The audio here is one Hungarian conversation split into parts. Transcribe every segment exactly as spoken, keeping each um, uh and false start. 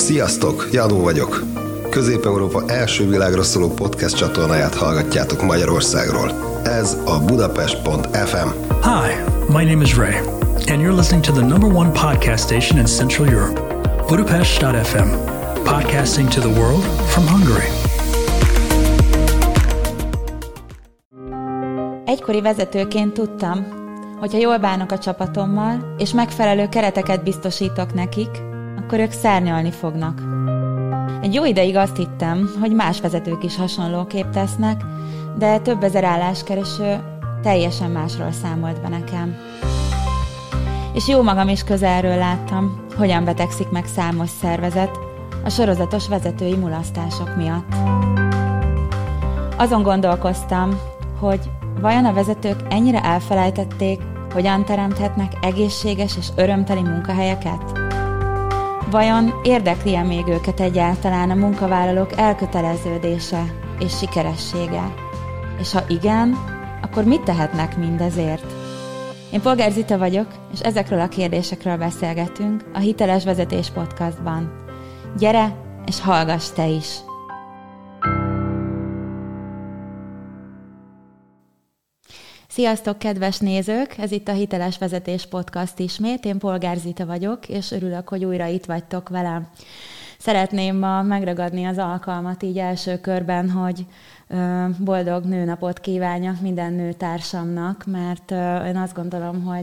Sziasztok, Jadó vagyok. Közép-Európa első világra szóló podcast csatornáját hallgatjátok Magyarországról. Ez a Budapest pont ef em. Hi, my name is Ray, and you're listening to the number one podcast station in Central Europe, Budapest dot ef em, podcasting to the world from Hungary. Egykori vezetőként tudtam, hogyha jól bánok a csapatommal, és megfelelő kereteket biztosítok nekik, akkor ők szárnyalni fognak. Egy jó ideig azt hittem, hogy más vezetők is hasonlóképp tesznek, de több ezer álláskereső teljesen másról számolt be nekem. És jó magam is közelről láttam, hogyan betegszik meg számos szervezet a sorozatos vezetői mulasztások miatt. Azon gondolkoztam, hogy vajon a vezetők ennyire elfelejtették, hogyan teremthetnek egészséges és örömteli munkahelyeket? Vajon érdekli-e még őket egyáltalán a munkavállalók elköteleződése és sikeressége? És ha igen, akkor mit tehetnek mindezért? Én Polgár Zita vagyok, és ezekről a kérdésekről beszélgetünk a Hiteles Vezetés Podcastban. Gyere, és hallgass te is! Sziasztok, kedves nézők! Ez itt a Hiteles Vezetés Podcast ismét. Én Polgár Zita vagyok, és örülök, hogy újra itt vagytok velem. Szeretném ma megragadni az alkalmat így első körben, hogy boldog nőnapot kívánjak minden nőtársamnak, mert én azt gondolom, hogy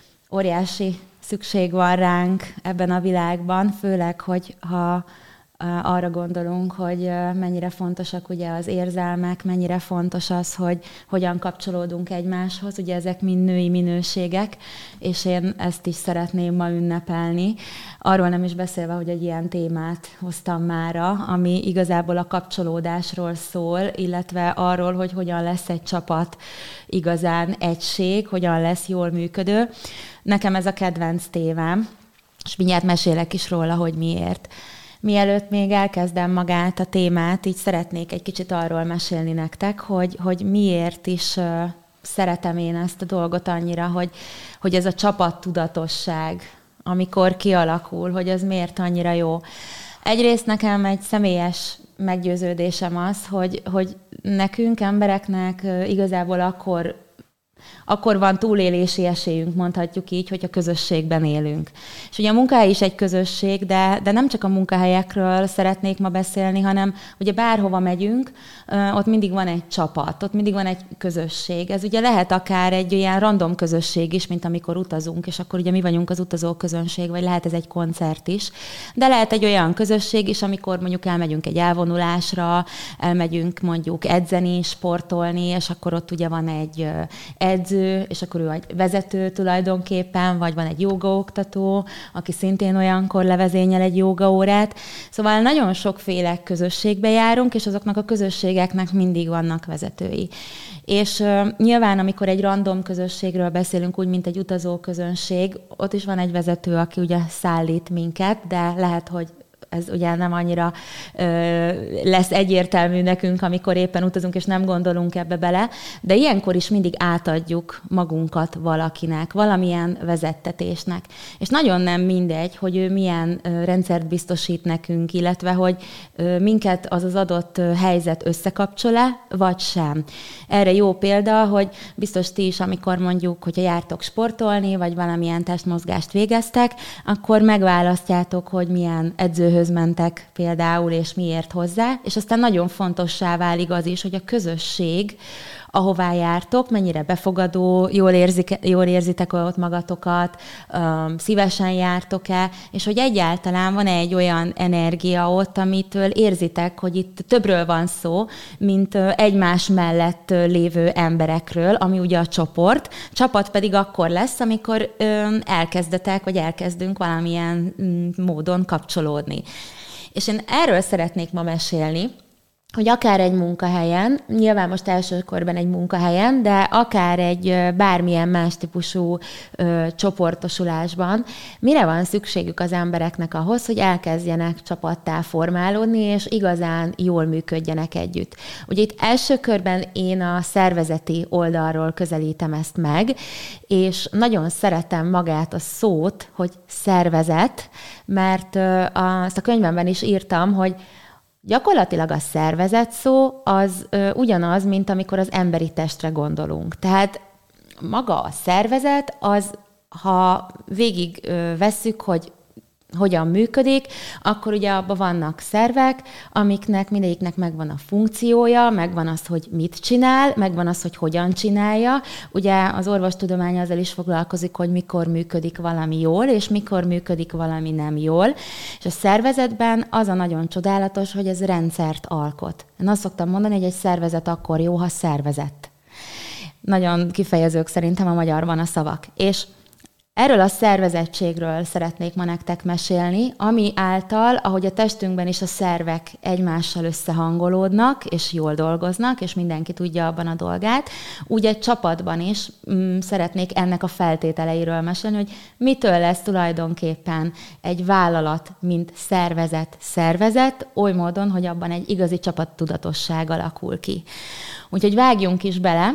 óriási szükség van ránk ebben a világban, főleg, hogy ha arra gondolunk, hogy mennyire fontosak ugye az érzelmek, mennyire fontos az, hogy hogyan kapcsolódunk egymáshoz, ugye ezek mind női minőségek, és én ezt is szeretném ma ünnepelni. Arról nem is beszélve, hogy egy ilyen témát hoztam mára, ami igazából a kapcsolódásról szól, illetve arról, hogy hogyan lesz egy csapat igazán egység, hogyan lesz jól működő. Nekem ez a kedvenc témám, és mindjárt mesélek is róla, hogy miért. Mielőtt még elkezdem magát a témát, így szeretnék egy kicsit arról mesélni nektek, hogy, hogy miért is uh, szeretem én ezt a dolgot annyira, hogy, hogy ez a csapattudatosság, amikor kialakul, hogy ez miért annyira jó. Egyrészt nekem egy személyes meggyőződésem az, hogy, hogy nekünk, embereknek uh, igazából akkor akkor van túlélési esélyünk, mondhatjuk így, hogy a közösségben élünk. És ugye a munkahely is egy közösség, de, de nem csak a munkahelyekről szeretnék ma beszélni, hanem ugye bárhova megyünk, ott mindig van egy csapat, ott mindig van egy közösség. Ez ugye lehet akár egy olyan random közösség is, mint amikor utazunk, és akkor ugye mi vagyunk az utazó közönség, vagy lehet ez egy koncert is. De lehet egy olyan közösség is, amikor mondjuk elmegyünk egy elvonulásra, elmegyünk mondjuk edzeni, sportolni, és akkor ott ugye van egy edző, és akkor ő egy vezető tulajdonképpen, vagy van egy jógaoktató, aki szintén olyankor levezényel egy jógaórát. Szóval nagyon sokféle közösségbe járunk, és azoknak a közösségeknek mindig vannak vezetői. És uh, nyilván, amikor egy random közösségről beszélünk, úgy, mint egy utazó közönség, ott is van egy vezető, aki ugye szállít minket, de lehet, hogy ez ugye nem annyira ö, lesz egyértelmű nekünk, amikor éppen utazunk, és nem gondolunk ebbe bele, de ilyenkor is mindig átadjuk magunkat valakinek, valamilyen vezettetésnek. És nagyon nem mindegy, hogy ő milyen ö, rendszert biztosít nekünk, illetve hogy ö, minket az az adott ö, helyzet összekapcsol-e, vagy sem. Erre jó példa, hogy biztos ti is, amikor mondjuk, hogyha jártok sportolni, vagy valamilyen testmozgást végeztek, akkor megválasztjátok, hogy milyen edzőhöz mentek például, és miért hozzá, és aztán nagyon fontossá válik az is, hogy a közösség, ahová jártok, mennyire befogadó, jól, érzik, jól érzitek ott magatokat, um, szívesen jártok-e, és hogy egyáltalán van egy olyan energia ott, amitől érzitek, hogy itt többről van szó, mint egymás mellett lévő emberekről, ami ugye a csoport. Csapat pedig akkor lesz, amikor um, elkezdetek, vagy elkezdünk valamilyen um, módon kapcsolódni. És én erről szeretnék ma mesélni, hogy akár egy munkahelyen, nyilván most elsőkorban egy munkahelyen, de akár egy bármilyen más típusú ö, csoportosulásban, mire van szükségük az embereknek ahhoz, hogy elkezdjenek csapattá formálódni, és igazán jól működjenek együtt. Ugye itt első körben én a szervezeti oldalról közelítem ezt meg, és nagyon szeretem magát a szót, hogy szervezet, mert ö, azt a könyvemben is írtam, hogy gyakorlatilag a szervezet szó az ö, ugyanaz, mint amikor az emberi testre gondolunk. Tehát maga a szervezet az, ha végig ö, vesszük, hogy hogyan működik, akkor ugye abban vannak szervek, amiknek mindegyiknek megvan a funkciója, megvan az, hogy mit csinál, megvan az, hogy hogyan csinálja. Ugye az orvostudomány azzal is foglalkozik, hogy mikor működik valami jól, és mikor működik valami nem jól. És a szervezetben az a nagyon csodálatos, hogy ez rendszert alkot. Én azt szoktam mondani, hogy egy szervezet akkor jó, ha szervezett. Nagyon kifejezők szerintem a magyarban a szavak. És erről a szervezettségről szeretnék ma nektek mesélni, ami által, ahogy a testünkben is a szervek egymással összehangolódnak, és jól dolgoznak, és mindenki tudja abban a dolgát, úgy egy csapatban is mm, szeretnék ennek a feltételeiről mesélni, hogy mitől lesz tulajdonképpen egy vállalat, mint szervezet, szervezet, oly módon, hogy abban egy igazi csapattudatosság alakul ki. Úgyhogy vágjunk is bele,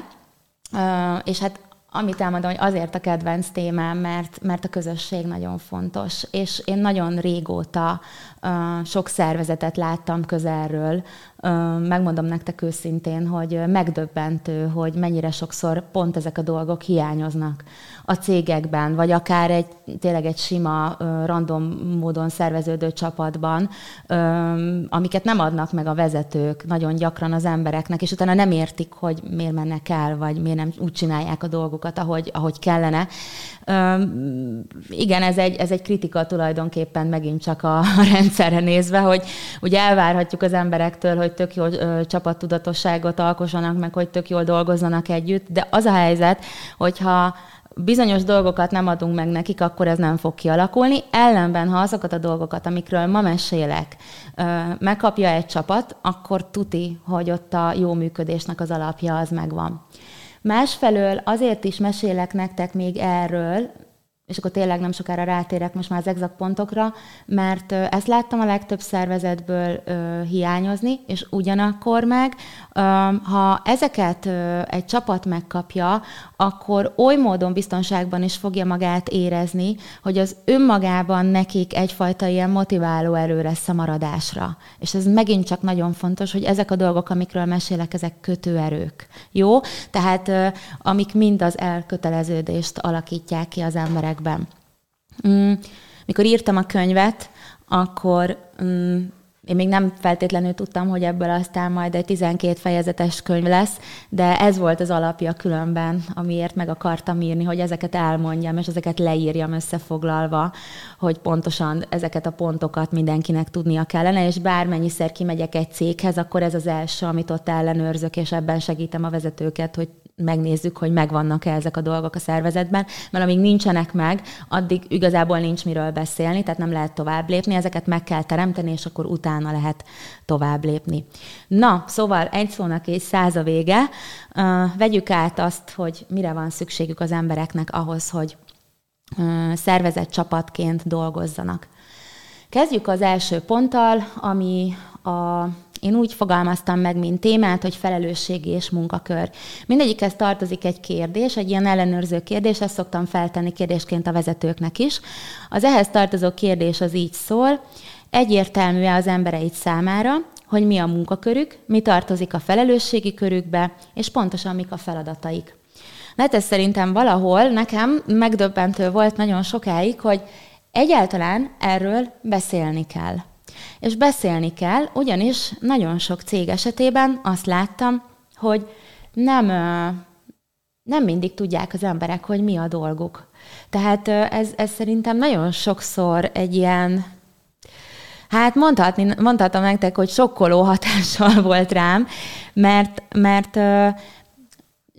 és hát amit elmondom, hogy azért a kedvenc témám, mert, mert a közösség nagyon fontos. És én nagyon régóta uh, sok szervezetet láttam közelről. Uh, megmondom nektek őszintén, hogy megdöbbentő, hogy mennyire sokszor pont ezek a dolgok hiányoznak a cégekben, vagy akár egy tényleg egy sima, uh, random módon szerveződő csapatban, um, amiket nem adnak meg a vezetők nagyon gyakran az embereknek, és utána nem értik, hogy miért mennek el, vagy miért nem úgy csinálják a dolgokat, ahogy, ahogy kellene. Um, igen, ez egy, ez egy kritika tulajdonképpen megint csak a, a rendszerre nézve, hogy ugye elvárhatjuk az emberektől, hogy tök jól ö, csapattudatosságot alkossanak, meg hogy tök jól dolgozzanak együtt, de az a helyzet, hogyha bizonyos dolgokat nem adunk meg nekik, akkor ez nem fog kialakulni. Ellenben, ha azokat a dolgokat, amikről ma mesélek, megkapja egy csapat, akkor tuti, hogy ott a jó működésnek az alapja az megvan. Másfelől azért is mesélek nektek még erről, és akkor tényleg nem sokára rátérek most már az exakt pontokra, mert ezt láttam a legtöbb szervezetből ö, hiányozni, és ugyanakkor meg, ö, ha ezeket ö, egy csapat megkapja, akkor oly módon biztonságban is fogja magát érezni, hogy az önmagában nekik egyfajta ilyen motiváló erő lesz a maradásra. És ez megint csak nagyon fontos, hogy ezek a dolgok, amikről mesélek, ezek kötőerők. Jó? Tehát ö, amik mind az elköteleződést alakítják ki az emberek. Mm, mikor írtam a könyvet, akkor mm, én még nem feltétlenül tudtam, hogy ebből aztán majd egy tizenkét fejezetes könyv lesz, de ez volt az alapja különben, amiért meg akartam írni, hogy ezeket elmondjam, és ezeket leírjam összefoglalva, hogy pontosan ezeket a pontokat mindenkinek tudnia kellene, és bármennyiszer kimegyek egy céghez, akkor ez az első, amit ott ellenőrzök, és ebben segítem a vezetőket, hogy megnézzük, hogy megvannak-e ezek a dolgok a szervezetben, mert amíg nincsenek meg, addig igazából nincs miről beszélni, tehát nem lehet tovább lépni, ezeket meg kell teremteni, és akkor utána lehet tovább lépni. Na, szóval egy szónak és száz a vége. Uh, vegyük át azt, hogy mire van szükségük az embereknek ahhoz, hogy uh, szervezett csapatként dolgozzanak. Kezdjük az első ponttal, ami a Én úgy fogalmaztam meg, mint témát, hogy felelősségi és munkakör. Mindegyikhez tartozik egy kérdés, egy ilyen ellenőrző kérdés, ezt szoktam feltenni kérdésként a vezetőknek is. Az ehhez tartozó kérdés az így szól: egyértelmű-e az embereid számára, hogy mi a munkakörük, mi tartozik a felelősségi körükbe, és pontosan mik a feladataik. Hát ez szerintem valahol nekem megdöbbentő volt nagyon sokáig, hogy egyáltalán erről beszélni kell. És beszélni kell, ugyanis nagyon sok cég esetében azt láttam, hogy nem, nem mindig tudják az emberek, hogy mi a dolguk. Tehát ez, ez szerintem nagyon sokszor egy ilyen, hát mondhatni, mondhatom nektek, hogy sokkoló hatással volt rám, mert, mert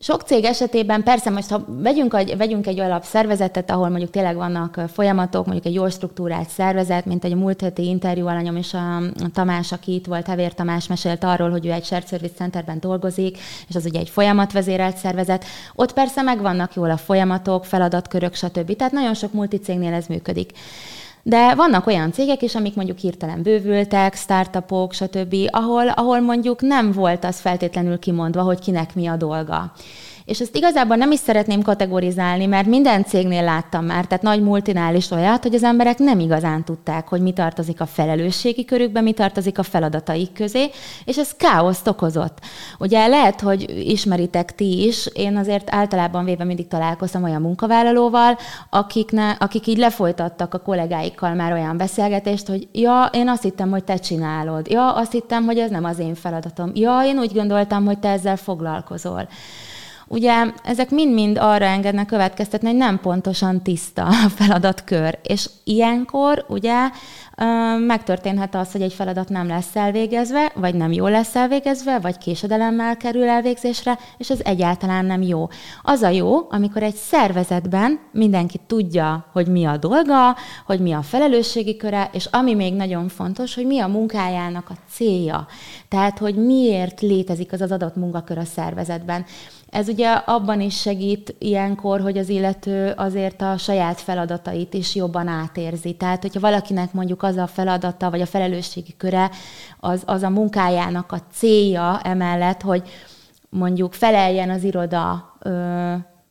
sok cég esetében persze most, ha vegyünk, egy, vegyünk egy alapszervezetet, ahol mondjuk tényleg vannak folyamatok, mondjuk egy jól struktúrált szervezet, mint egy a múlt heti interjú alanyom és a, a Tamás, aki itt volt, Hevér Tamás mesélt arról, hogy ő egy Shared Service Centerben dolgozik, és az ugye egy folyamatvezérelt szervezet. Ott persze megvannak jól a folyamatok, feladatkörök, stb. Tehát nagyon sok multicégnél ez működik. De vannak olyan cégek is, amik mondjuk hirtelen bővültek, startupok, stb., ahol, ahol mondjuk nem volt az feltétlenül kimondva, hogy kinek mi a dolga. És ezt igazából nem is szeretném kategorizálni, mert minden cégnél láttam már, tehát nagy multinál is olyat, hogy az emberek nem igazán tudták, hogy mi tartozik a felelősségi körükbe, mi tartozik a feladataik közé, és ez káoszt okozott. Ugye lehet, hogy ismeritek ti is, én azért általában véve mindig találkoztam olyan munkavállalóval, akikne, akik így lefolytattak a kollégáikkal már olyan beszélgetést, hogy ja, én azt hittem, hogy te csinálod, ja, azt hittem, hogy ez nem az én feladatom, ja, én úgy gondoltam, hogy te ezzel foglalkozol. Ugye ezek mind-mind arra engednek következtetni, hogy nem pontosan tiszta a feladatkör. És ilyenkor ugye megtörténhet az, hogy egy feladat nem lesz elvégezve, vagy nem jól lesz elvégezve, vagy késedelemmel kerül elvégzésre, és ez egyáltalán nem jó. Az a jó, amikor egy szervezetben mindenki tudja, hogy mi a dolga, hogy mi a felelősségi köre, és ami még nagyon fontos, hogy mi a munkájának a célja. Tehát, hogy miért létezik az az adott munkakör a szervezetben. Ez ugye abban is segít ilyenkor, hogy az illető azért a saját feladatait is jobban átérzi. Tehát, hogyha valakinek mondjuk az a feladata, vagy a felelősségi köre, az, az a munkájának a célja emellett, hogy mondjuk feleljen az iroda ö,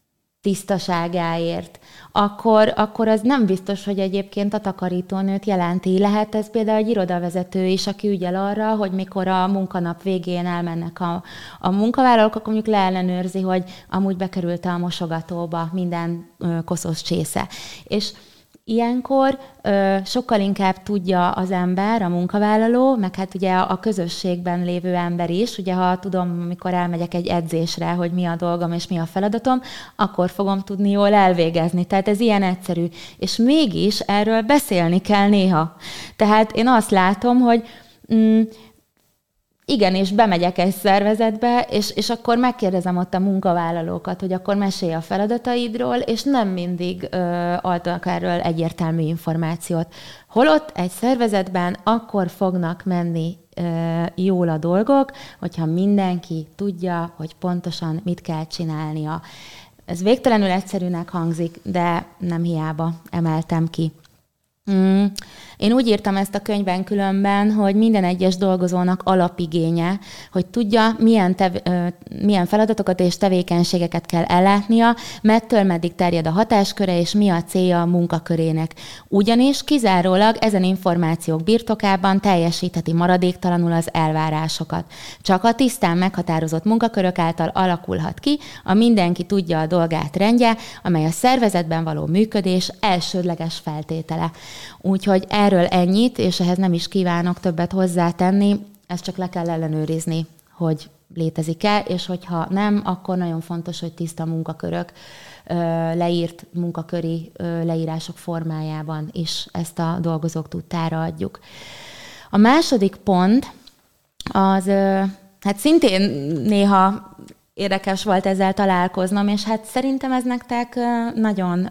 tisztaságáért, akkor, akkor az nem biztos, hogy egyébként a takarítónőt jelenti. Lehet ez például egy irodavezető is, aki ügyel arra, hogy mikor a munkanap végén elmennek a, a munkavállalók, akkor mondjuk leellenőrzi, hogy amúgy bekerült a mosogatóba minden ö, koszos csésze. És ilyenkor ö, sokkal inkább tudja az ember, a munkavállaló, meg hát ugye a, a közösségben lévő ember is, ugye ha tudom, amikor elmegyek egy edzésre, hogy mi a dolgom és mi a feladatom, akkor fogom tudni jól elvégezni. Tehát ez ilyen egyszerű. És mégis erről beszélni kell néha. Tehát én azt látom, hogy mm, igen, és bemegyek egy szervezetbe, és, és akkor megkérdezem ott a munkavállalókat, hogy akkor mesélj a feladataidról, és nem mindig ö, adnak erről egyértelmű információt. Holott egy szervezetben akkor fognak menni ö, jól a dolgok, hogyha mindenki tudja, hogy pontosan mit kell csinálnia. Ez végtelenül egyszerűnek hangzik, de nem hiába emeltem ki. Mm. Én úgy írtam ezt a könyvben különben, hogy minden egyes dolgozónak alapigénye, hogy tudja, milyen, tev- milyen feladatokat és tevékenységeket kell ellátnia, mettől meddig terjed a hatásköre, és mi a célja a munkakörének. Ugyanis kizárólag ezen információk birtokában teljesítheti maradéktalanul az elvárásokat. Csak a tisztán meghatározott munkakörök által alakulhat ki a mindenki tudja a dolgát rendje, amely a szervezetben való működés elsődleges feltétele. Úgyhogy erről ennyit, és ehhez nem is kívánok többet hozzátenni, ezt csak le kell ellenőrizni, hogy létezik-e, és hogyha nem, akkor nagyon fontos, hogy tiszta munkakörök, leírt munkaköri leírások formájában is ezt a dolgozók tudtára adjuk. A második pont az, hát szintén néha érdekes volt ezzel találkoznom, és hát szerintem ez nektek nagyon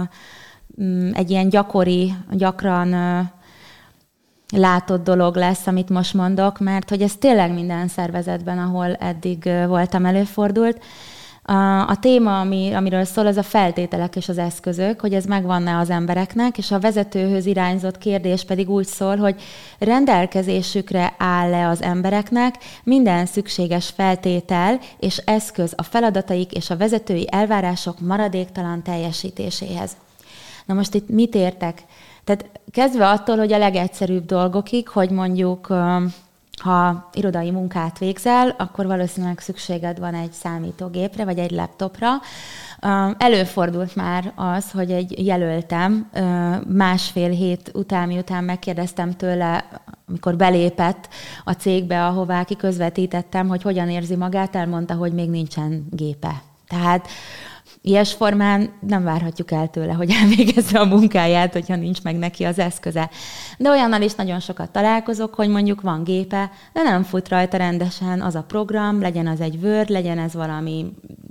egy ilyen gyakori, gyakran látott dolog lesz, amit most mondok, mert hogy ez tényleg minden szervezetben, ahol eddig voltam, előfordult. A, a téma, ami, amiről szól, az a feltételek és az eszközök, hogy ez megvan-e az embereknek, és a vezetőhöz irányzott kérdés pedig úgy szól, hogy rendelkezésükre áll-e az embereknek minden szükséges feltétel és eszköz a feladataik és a vezetői elvárások maradéktalan teljesítéséhez. Na most itt mit értek? Tehát kezdve attól, hogy a legegyszerűbb dolgokig, hogy mondjuk ha irodai munkát végzel, akkor valószínűleg szükséged van egy számítógépre, vagy egy laptopra. Előfordult már az, hogy egy jelöltem másfél hét után, miután megkérdeztem tőle, amikor belépett a cégbe, ahová kiközvetítettem, hogy hogyan érzi magát, elmondta, hogy még nincsen gépe. Tehát ilyes formán nem várhatjuk el tőle, hogy elvégezze a munkáját, hogyha nincs meg neki az eszköze. De olyannal is nagyon sokat találkozok, hogy mondjuk van gépe, de nem fut rajta rendesen az a program, legyen az egy Word, legyen ez valami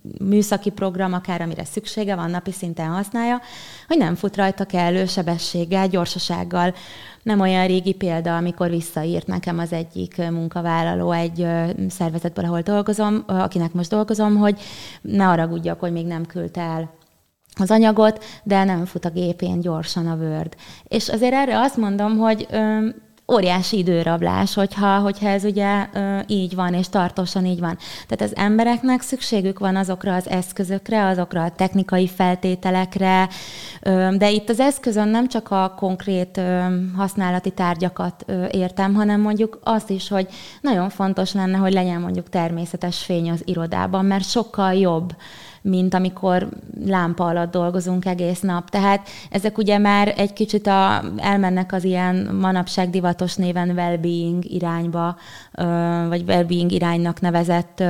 műszaki program, akár amire szüksége van, napi szinten használja, hogy nem fut rajta kellő sebességgel, gyorsasággal. Nem olyan régi példa, amikor visszaírt nekem az egyik munkavállaló egy szervezetből, ahol dolgozom, akinek most dolgozom, hogy ne haragudjak, hogy még nem küldte el az anyagot, de nem fut a gépén gyorsan a Word. És azért erre azt mondom, hogy ö, óriási időrablás, hogyha, hogyha ez ugye ö, így van, és tartósan így van. Tehát az embereknek szükségük van azokra az eszközökre, azokra a technikai feltételekre, ö, de itt az eszközön nem csak a konkrét ö, használati tárgyakat ö, értem, hanem mondjuk azt is, hogy nagyon fontos lenne, hogy legyen mondjuk természetes fény az irodában, mert sokkal jobb, mint amikor lámpa alatt dolgozunk egész nap. Tehát ezek ugye már egy kicsit a, elmennek az ilyen manapság divatos néven well-being irányba, vagy well-being iránynak nevezett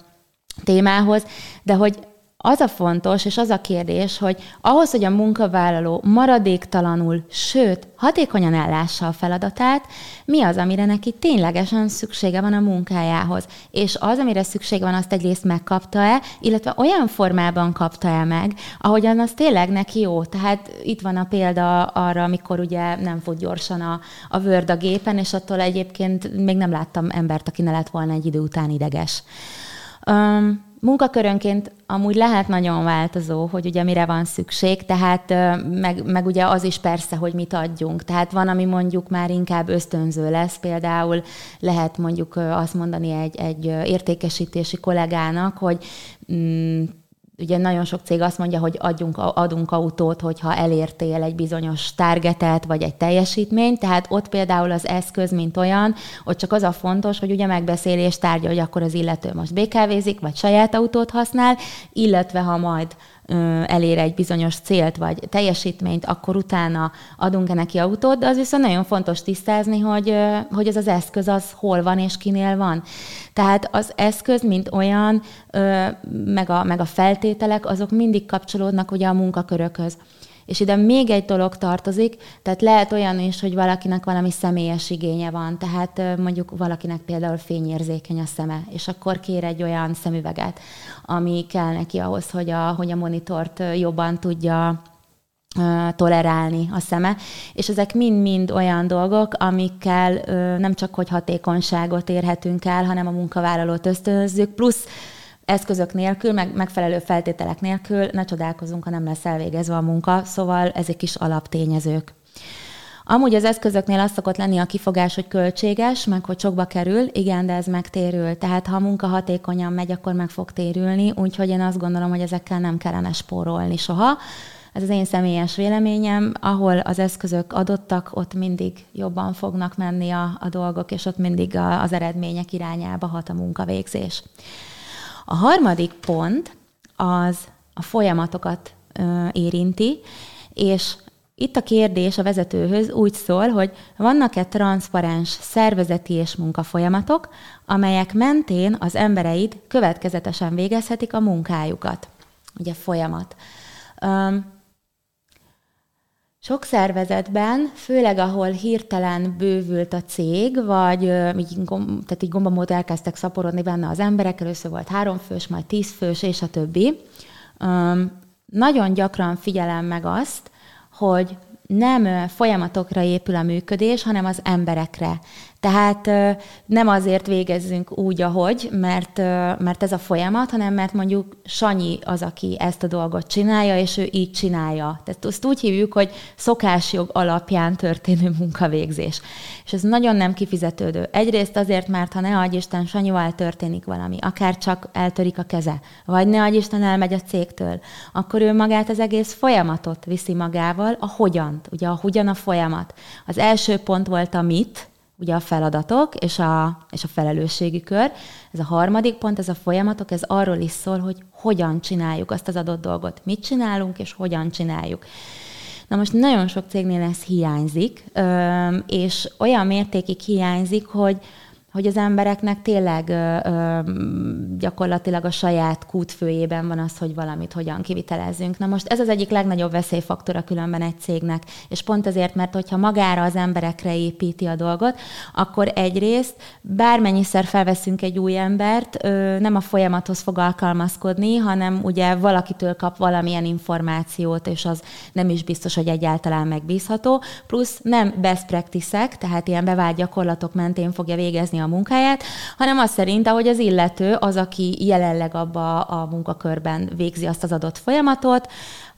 témához, de hogy az a fontos, és az a kérdés, hogy ahhoz, hogy a munkavállaló maradéktalanul, sőt, hatékonyan ellássa a feladatát, mi az, amire neki ténylegesen szüksége van a munkájához. És az, amire szüksége van, azt egyrészt megkapta-e, illetve olyan formában kapta-e meg, ahogyan az tényleg neki jó. Tehát itt van a példa arra, amikor ugye nem fut gyorsan a, a Word a gépen, és attól egyébként még nem láttam embert, aki ne lett volna egy idő után ideges. Um, Munkakörönként amúgy lehet nagyon változó, hogy ugye mire van szükség, tehát meg, meg ugye az is persze, hogy mit adjunk. Tehát van, ami mondjuk már inkább ösztönző lesz, például lehet mondjuk azt mondani egy, egy értékesítési kollégának, hogy mm, ugye nagyon sok cég azt mondja, hogy adjunk, adunk autót, hogyha elértél egy bizonyos targetet, vagy egy teljesítményt, tehát ott például az eszköz, mint olyan, ott csak az a fontos, hogy ugye megbeszélés tárgya, hogy akkor az illető most bé ká vézik, vagy saját autót használ, illetve ha majd elér egy bizonyos célt, vagy teljesítményt, akkor utána adunk-e neki autót, de az viszont nagyon fontos tisztázni, hogy, hogy ez az eszköz az hol van és kinél van. Tehát az eszköz, mint olyan, meg a, meg a feltételek, azok mindig kapcsolódnak ugye a munkakörökhöz. És ide még egy dolog tartozik, tehát lehet olyan is, hogy valakinek valami személyes igénye van, tehát mondjuk valakinek például fényérzékeny a szeme, és akkor kér egy olyan szemüveget, ami kell neki ahhoz, hogy a, hogy a monitort jobban tudja tolerálni a szeme, és ezek mind-mind olyan dolgok, amikkel nem csak hogy hatékonyságot érhetünk el, hanem a munkavállalót ösztönözzük, plusz eszközök nélkül, meg megfelelő feltételek nélkül ne csodálkozunk, ha nem lesz elvégezve a munka, szóval ezek is alaptényezők. Amúgy az eszközöknél az szokott lenni a kifogás, hogy költséges, meg hogy sokba kerül, igen, de ez megtérül. Tehát ha a munka hatékonyan megy, akkor meg fog térülni, úgyhogy én azt gondolom, hogy ezekkel nem kellene spórolni soha. Ez az én személyes véleményem, ahol az eszközök adottak, ott mindig jobban fognak menni a, a dolgok, és ott mindig a, az eredmények irányába hat a munkavégzés. A harmadik pont az a folyamatokat ö, érinti, és itt a kérdés a vezetőhöz úgy szól, hogy vannak-e transzparens szervezeti és munkafolyamatok, amelyek mentén az embereid következetesen végezhetik a munkájukat. Ugye folyamat. Um, Sok szervezetben, főleg ahol hirtelen bővült a cég, vagy így, tehát így gombamód elkezdtek szaporodni benne az emberek, először volt három fős, majd tíz fős, és a többi. Um, nagyon gyakran figyelem meg azt, hogy nem folyamatokra épül a működés, hanem az emberekre. Tehát nem azért végezzünk úgy, ahogy, mert, mert ez a folyamat, hanem mert mondjuk Sanyi az, aki ezt a dolgot csinálja, és ő így csinálja. Tehát azt úgy hívjuk, hogy szokásjog alapján történő munkavégzés. És ez nagyon nem kifizetődő. Egyrészt azért, mert ha ne adj Isten, Sanyival történik valami, akár csak eltörik a keze, vagy ne adj Isten, elmegy a cégtől, akkor ő magát az egész folyamatot viszi magával, a hogyant. Ugye a hogyan a folyamat. Az első pont volt a mit, ugye a feladatok és a, és a felelősségi kör. Ez a harmadik pont, ez a folyamatok, ez arról is szól, hogy hogyan csináljuk azt az adott dolgot. Mit csinálunk, és hogyan csináljuk. Na most nagyon sok cégnél ez hiányzik, és olyan mértékig hiányzik, hogy hogy az embereknek tényleg ö, ö, gyakorlatilag a saját kútfőjében van az, hogy valamit hogyan kivitelezzünk. Na most ez az egyik legnagyobb veszélyfaktora különben egy cégnek, és pont azért, mert hogyha magára az emberekre építi a dolgot, akkor egyrészt bármennyiszer felveszünk egy új embert, ö, nem a folyamathoz fog alkalmazkodni, hanem ugye valakitől kap valamilyen információt, és az nem is biztos, hogy egyáltalán megbízható, plusz nem best practice-ek, tehát ilyen bevált gyakorlatok mentén fogja végezni a munkáját, hanem az szerint, ahogy az illető, az, aki jelenleg abba a munkakörben végzi azt az adott folyamatot,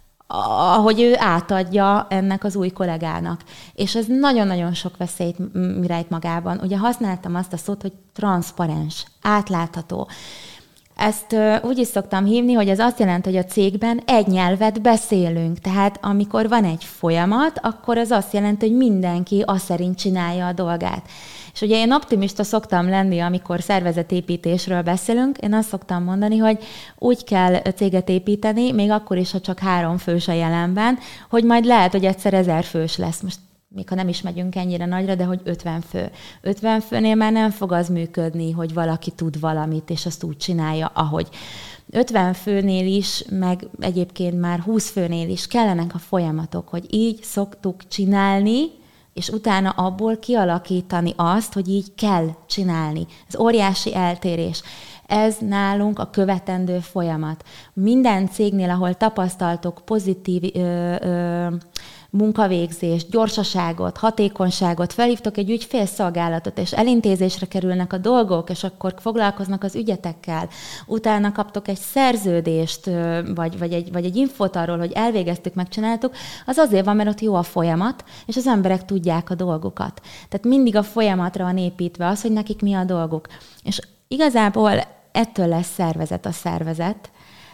ahogy ő átadja ennek az új kollégának. És ez nagyon-nagyon sok veszélyt rejt magában. Ugye használtam azt a szót, hogy transzparens, átlátható. Ezt úgy is szoktam hívni, hogy ez azt jelenti, hogy a cégben egy nyelvet beszélünk. Tehát amikor van egy folyamat, akkor az azt jelenti, hogy mindenki azt szerint csinálja a dolgát. És ugye én optimista szoktam lenni, amikor szervezetépítésről beszélünk. Én azt szoktam mondani, hogy úgy kell céget építeni, még akkor is, ha csak három fős a jelenben, hogy majd lehet, hogy egyszer ezer fős lesz. Most még ha nem is megyünk ennyire nagyra, de hogy ötven fő. ötven főnél már nem fog az működni, hogy valaki tud valamit, és azt úgy csinálja, ahogy. ötven főnél is, meg egyébként már húsz főnél is kellenek a folyamatok, hogy így szoktuk csinálni, és utána abból kialakítani azt, hogy így kell csinálni. Ez óriási eltérés. Ez nálunk a követendő folyamat. Minden cégnél, ahol tapasztaltok pozitív ö, ö, munkavégzést, gyorsaságot, hatékonyságot, felhívtok egy ügyfélszolgálatot, és elintézésre kerülnek a dolgok, és akkor foglalkoznak az ügyetekkel. Utána kaptok egy szerződést, vagy, vagy, egy, vagy egy infót arról, hogy elvégeztük, megcsináltuk, az azért van, mert ott jó a folyamat, és az emberek tudják a dolgukat. Tehát mindig a folyamatra van építve az, hogy nekik mi a dolguk. És igazából ettől lesz szervezet a szervezet,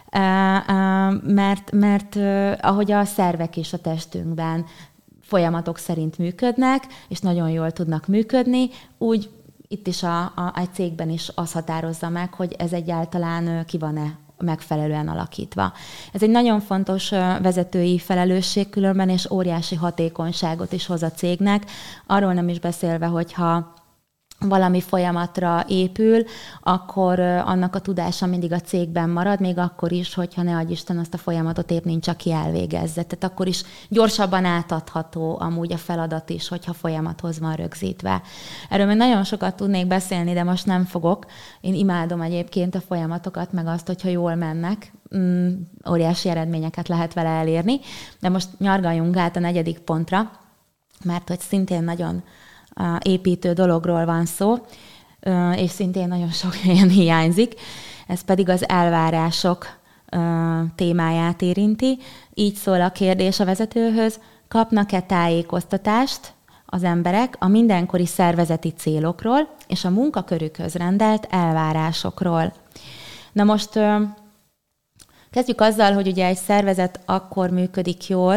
mert, mert ahogy a szervek is a testünkben folyamatok szerint működnek, és nagyon jól tudnak működni, úgy itt is a, a, egy cégben is az határozza meg, hogy ez egyáltalán ki van-e megfelelően alakítva. Ez egy nagyon fontos vezetői felelősség különben, és óriási hatékonyságot is hoz a cégnek, arról nem is beszélve, hogyha valami folyamatra épül, akkor annak a tudása mindig a cégben marad, még akkor is, hogyha ne adj Isten azt a folyamatot épp nincs, aki elvégezze. Tehát akkor is gyorsabban átadható amúgy a feladat is, hogyha folyamathoz van rögzítve. Erről még nagyon sokat tudnék beszélni, de most nem fogok. Én imádom egyébként a folyamatokat, meg azt, hogyha jól mennek. Mm, óriási eredményeket lehet vele elérni. De most nyargaljunk át a negyedik pontra, mert hogy szintén nagyon építő dologról van szó, és szintén nagyon sok helyen hiányzik. Ez pedig az elvárások témáját érinti. Így szól a kérdés a vezetőhöz, kapnak-e tájékoztatást az emberek a mindenkori szervezeti célokról és a munkakörükhöz rendelt elvárásokról. Na most kezdjük azzal, hogy ugye egy szervezet akkor működik jól,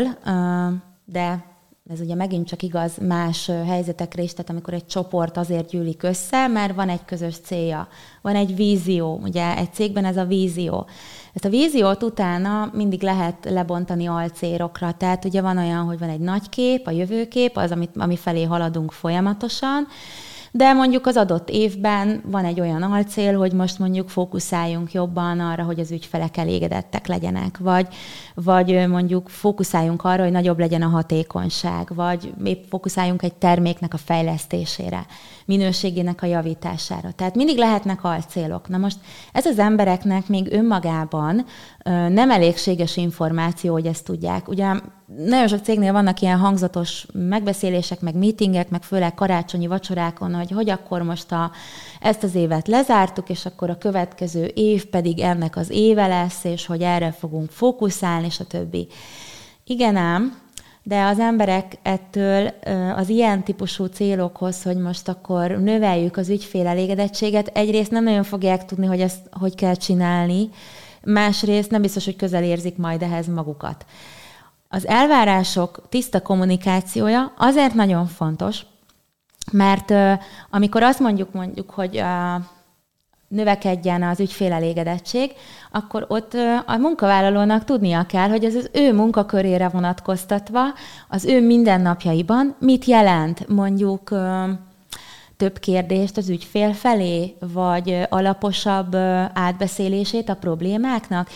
de ez ugye megint csak igaz más helyzetekre is, tehát amikor egy csoport azért gyűlik össze, mert van egy közös célja, van egy vízió, ugye egy cégben ez a vízió. Ezt a víziót utána mindig lehet lebontani alcélokra, tehát ugye van olyan, hogy van egy nagy kép, a jövőkép, az, amit, ami felé haladunk folyamatosan, de mondjuk az adott évben van egy olyan alcél, hogy most mondjuk fókuszáljunk jobban arra, hogy az ügyfelek elégedettek legyenek, vagy, vagy mondjuk fókuszáljunk arra, hogy nagyobb legyen a hatékonyság, vagy épp fókuszáljunk egy terméknek a fejlesztésére, minőségének a javítására. Tehát mindig lehetnek alcélok. Na most ez az embereknek még önmagában nem elégséges információ, hogy ezt tudják. Ugye nagyon sok cégnél vannak ilyen hangzatos megbeszélések, meg meetingek, meg főleg karácsonyi vacsorákon, hogy hogy akkor most a, ezt az évet lezártuk, és akkor a következő év pedig ennek az éve lesz, és hogy erre fogunk fókuszálni, és a többi. Igen ám, de az emberek ettől az ilyen típusú célokhoz, hogy most akkor növeljük az ügyfél elégedettséget, egyrészt nem nagyon fogják tudni, hogy ezt hogy kell csinálni, másrészt nem biztos, hogy közel érzik majd ehhez magukat. Az elvárások tiszta kommunikációja azért nagyon fontos, mert amikor azt mondjuk, mondjuk, hogy növekedjen az ügyfél elégedettség, akkor ott a munkavállalónak tudnia kell, hogy ez az ő munkakörére vonatkoztatva, az ő mindennapjaiban mit jelent. Mondjuk több kérdést az ügyfél felé, vagy alaposabb átbeszélését a problémáknak,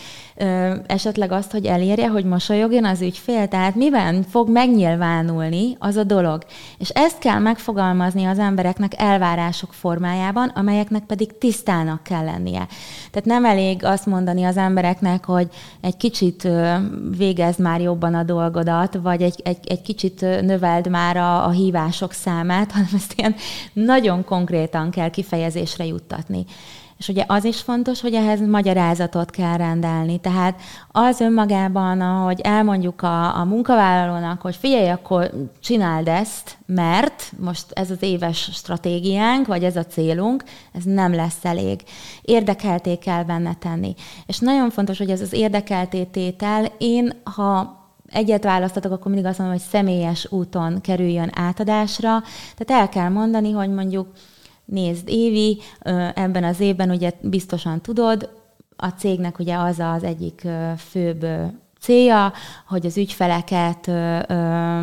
esetleg azt, hogy elérje, hogy mosolyogjon az ügyfél, tehát miben fog megnyilvánulni az a dolog. És ezt kell megfogalmazni az embereknek elvárások formájában, amelyeknek pedig tisztának kell lennie. Tehát nem elég azt mondani az embereknek, hogy egy kicsit végezd már jobban a dolgodat, vagy egy, egy, egy kicsit növeld már a, a hívások számát, hanem ezt ilyen nagyon konkrétan kell kifejezésre juttatni. És ugye az is fontos, hogy ehhez magyarázatot kell rendelni. Tehát az önmagában, ahogy elmondjuk a, a munkavállalónak, hogy figyelj, akkor csináld ezt, mert most ez az éves stratégiánk, vagy ez a célunk, ez nem lesz elég. Érdekelté kell benne tenni. És nagyon fontos, hogy ez az érdekelté tétel, én, ha egyet választatok, akkor mindig azt mondom, hogy személyes úton kerüljön átadásra. Tehát el kell mondani, hogy mondjuk nézd, Évi, ebben az évben ugye biztosan tudod, a cégnek ugye az az egyik főbb célja, hogy az ügyfeleket ö, ö,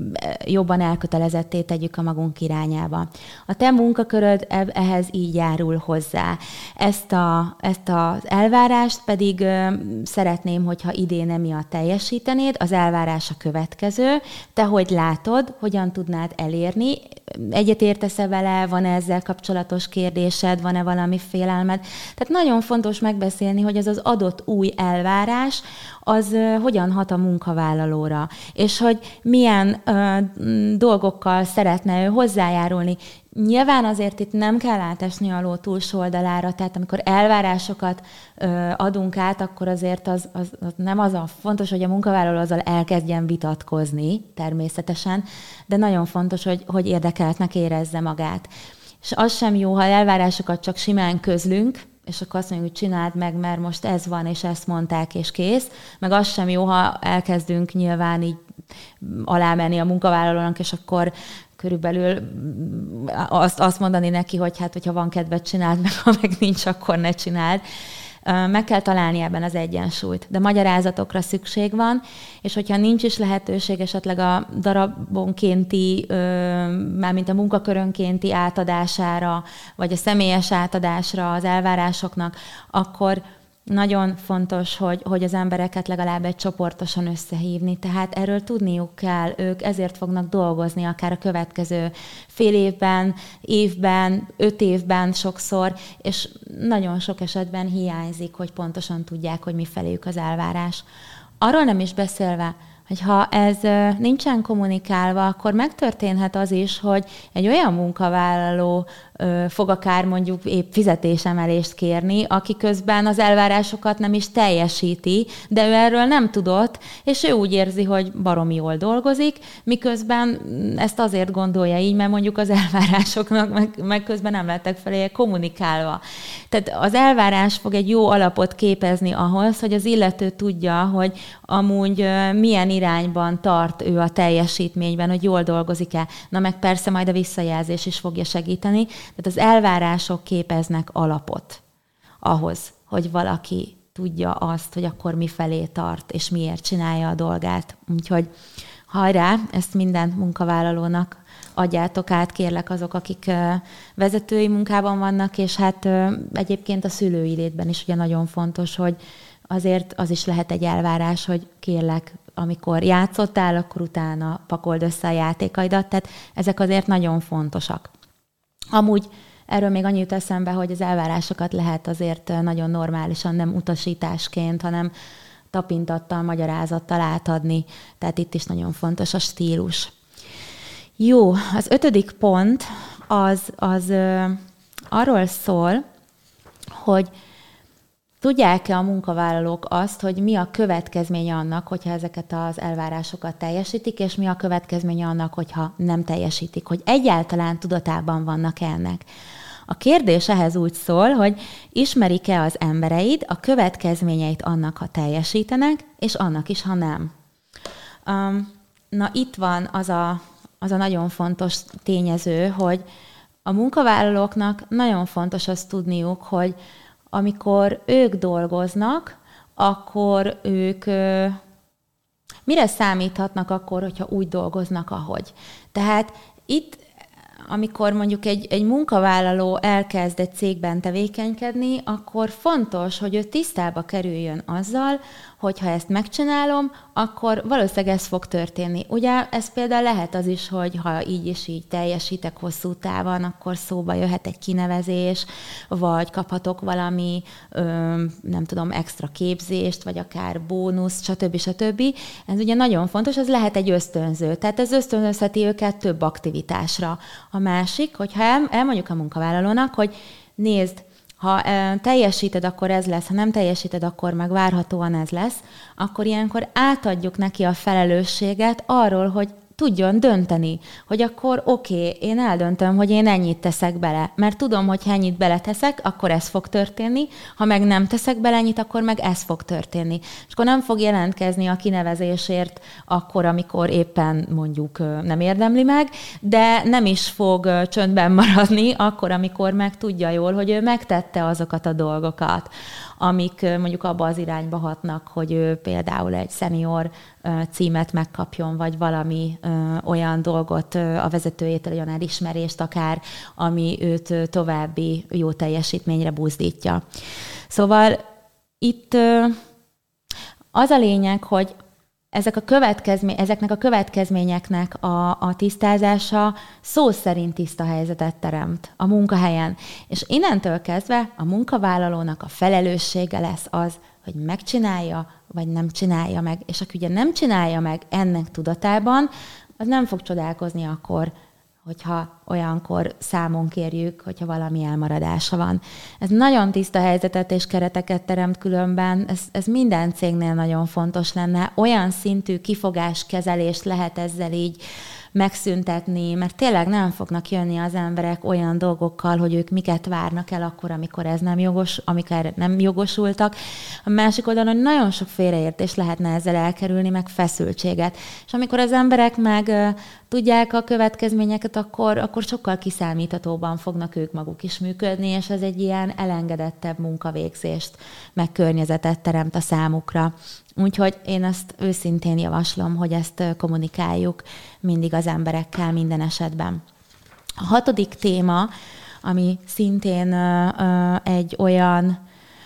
jobban elkötelezetté tegyük a magunk irányába. A te munkaköröd ehhez így járul hozzá. Ezt, a, ezt az elvárást pedig ö, szeretném, hogyha idén emiatt teljesítenéd. Az elvárás a következő. Te hogy látod, hogyan tudnád elérni? Egyetértesz-e vele? Van-e ezzel kapcsolatos kérdésed? Van-e valami félelmed? Tehát nagyon fontos megbeszélni, hogy ez az adott új elvárás, az hogyan hat a munkavállalóra, és hogy milyen ö, dolgokkal szeretne ő hozzájárulni. Nyilván azért itt nem kell átesni a ló túlsó oldalára, tehát amikor elvárásokat ö, adunk át, akkor azért az, az, az nem az a fontos, hogy a munkavállaló azzal elkezdjen vitatkozni, természetesen, de nagyon fontos, hogy, hogy érdekeltnek érezze magát. És az sem jó, ha elvárásokat csak simán közlünk, és akkor azt mondjuk, hogy csináld meg, mert most ez van, és ezt mondták, és kész. Meg az sem jó, ha elkezdünk nyilván így alámenni a munkavállalónak, és akkor körülbelül azt, azt mondani neki, hogy hát, hogyha van kedved, csináld meg, ha meg nincs, akkor ne csináld. Meg kell találni ebben az egyensúlyt, de magyarázatokra szükség van, és hogyha nincs is lehetőség esetleg a darabonkénti, mármint a munkakörönkénti átadására, vagy a személyes átadásra az elvárásoknak, akkor nagyon fontos, hogy, hogy az embereket legalább egy csoportosan összehívni, tehát erről tudniuk kell, ők ezért fognak dolgozni akár a következő fél évben, évben, öt évben sokszor, és nagyon sok esetben hiányzik, hogy pontosan tudják, hogy mi feléjük az elvárás. Arról nem is beszélve, hogy ha ez nincsen kommunikálva, akkor megtörténhet az is, hogy egy olyan munkavállaló fog akár mondjuk épp fizetésemelést kérni, aki közben az elvárásokat nem is teljesíti, de ő erről nem tudott, és ő úgy érzi, hogy baromi jól dolgozik, miközben ezt azért gondolja így, mert mondjuk az elvárásoknak meg, meg közben nem lettek felé kommunikálva. Tehát az elvárás fog egy jó alapot képezni ahhoz, hogy az illető tudja, hogy amúgy milyen irányban tart ő a teljesítményben, hogy jól dolgozik-e. Na meg persze majd a visszajelzés is fogja segíteni. Tehát az elvárások képeznek alapot ahhoz, hogy valaki tudja azt, hogy akkor mi felé tart, és miért csinálja a dolgát. Úgyhogy hajrá, ezt minden munkavállalónak adjátok át, kérlek azok, akik vezetői munkában vannak, és hát egyébként a szülői létben is ugye nagyon fontos, hogy azért az is lehet egy elvárás, hogy kérlek, amikor játszottál, akkor utána pakold össze a játékaidat, tehát ezek azért nagyon fontosak. Amúgy erről még annyit eszembe, hogy az elvárásokat lehet azért nagyon normálisan, nem utasításként, hanem tapintattal, magyarázattal átadni, tehát itt is nagyon fontos a stílus. Jó, az ötödik pont az, az ö, arról szól, hogy tudják-e a munkavállalók azt, hogy mi a következménye annak, hogyha ezeket az elvárásokat teljesítik, és mi a következménye annak, hogyha nem teljesítik, hogy egyáltalán tudatában vannak ennek. A kérdés ehhez úgy szól, hogy ismerik-e az embereid a következményeit annak, ha teljesítenek, és annak is, ha nem. Um, na itt van az a, az a nagyon fontos tényező, hogy a munkavállalóknak nagyon fontos azt tudniuk, hogy amikor ők dolgoznak, akkor ők mire számíthatnak akkor, hogyha úgy dolgoznak, ahogy. Tehát itt amikor mondjuk egy, egy munkavállaló elkezd egy cégben tevékenykedni, akkor fontos, hogy ő tisztába kerüljön azzal, hogy ha ezt megcsinálom, akkor valószínűleg ez fog történni. Ugye ez például lehet az is, hogy ha így és így teljesítek hosszú távon, akkor szóba jöhet egy kinevezés, vagy kaphatok valami, nem tudom, extra képzést, vagy akár bónusz, stb. stb. Ez ugye nagyon fontos, ez lehet egy ösztönző. Tehát ez ösztönözheti őket több aktivitásra. A másik, hogyha el, elmondjuk a munkavállalónak, hogy nézd, ha teljesíted, akkor ez lesz, ha nem teljesíted, akkor meg várhatóan ez lesz, akkor ilyenkor átadjuk neki a felelősséget arról, hogy tudjon dönteni, hogy akkor oké, okay, én eldöntöm, hogy én ennyit teszek bele, mert tudom, hogy ha ennyit beleteszek, akkor ez fog történni, ha meg nem teszek bele ennyit, akkor meg ez fog történni. És akkor nem fog jelentkezni a kinevezésért akkor, amikor éppen mondjuk nem érdemli meg, de nem is fog csöndben maradni akkor, amikor meg tudja jól, hogy ő megtette azokat a dolgokat, amik mondjuk abba az irányba hatnak, hogy ő például egy szenior címet megkapjon, vagy valami ö, olyan dolgot ö, a vezetőjétől, olyan elismerést akár, ami őt ö, további jó teljesítményre buzdítja. Szóval itt ö, az a lényeg, hogy ezek a következmény, ezeknek a következményeknek a, a tisztázása szó szerint tiszta helyzetet teremt a munkahelyen. És innentől kezdve a munkavállalónak a felelőssége lesz az, hogy megcsinálja, vagy nem csinálja meg. És aki ugye nem csinálja meg ennek tudatában, az nem fog csodálkozni akkor, hogyha olyankor számon kérjük, hogyha valami elmaradása van. Ez nagyon tiszta helyzetet és kereteket teremt különben, ez, ez minden cégnél nagyon fontos lenne. Olyan szintű kifogáskezelést lehet ezzel így megszüntetni, mert tényleg nem fognak jönni az emberek olyan dolgokkal, hogy ők miket várnak el akkor, amikor ez nem jogos, amikor nem jogosultak. A másik oldalon, hogy nagyon sok félreértés lehetne ezzel elkerülni, meg feszültséget. És amikor az emberek meg uh, tudják a következményeket, akkor, akkor sokkal kiszámíthatóban fognak ők maguk is működni, és ez egy ilyen elengedettebb munkavégzést, meg környezetet teremt a számukra. Úgyhogy én ezt őszintén javaslom, hogy ezt kommunikáljuk mindig az emberekkel minden esetben. A hatodik téma, ami szintén egy olyan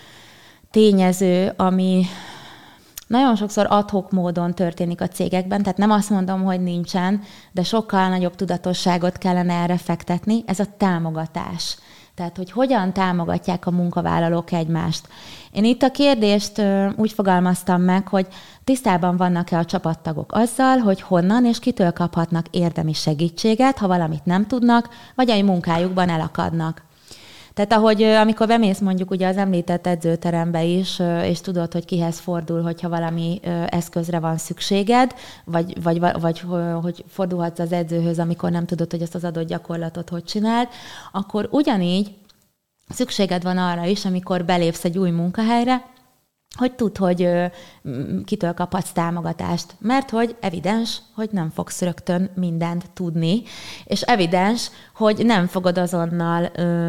tényező, ami nagyon sokszor ad-hoc módon történik a cégekben, tehát nem azt mondom, hogy nincsen, de sokkal nagyobb tudatosságot kellene erre fektetni, ez a támogatás. Tehát, hogy hogyan támogatják a munkavállalók egymást. Én itt a kérdést úgy fogalmaztam meg, hogy tisztában vannak-e a csapattagok azzal, hogy honnan és kitől kaphatnak érdemi segítséget, ha valamit nem tudnak, vagy egy munkájukban elakadnak. Tehát ahogy amikor bemész mondjuk ugye az említett edzőterembe is, és tudod, hogy kihez fordul, hogyha valami eszközre van szükséged, vagy, vagy, vagy hogy fordulhatsz az edzőhöz, amikor nem tudod, hogy ezt az adott gyakorlatot hogy csináld, akkor ugyanígy szükséged van arra is, amikor belépsz egy új munkahelyre, hogy tudd, hogy kitől kaphatsz támogatást. Mert hogy evidens, hogy nem fogsz rögtön mindent tudni, és evidens, hogy nem fogod azonnal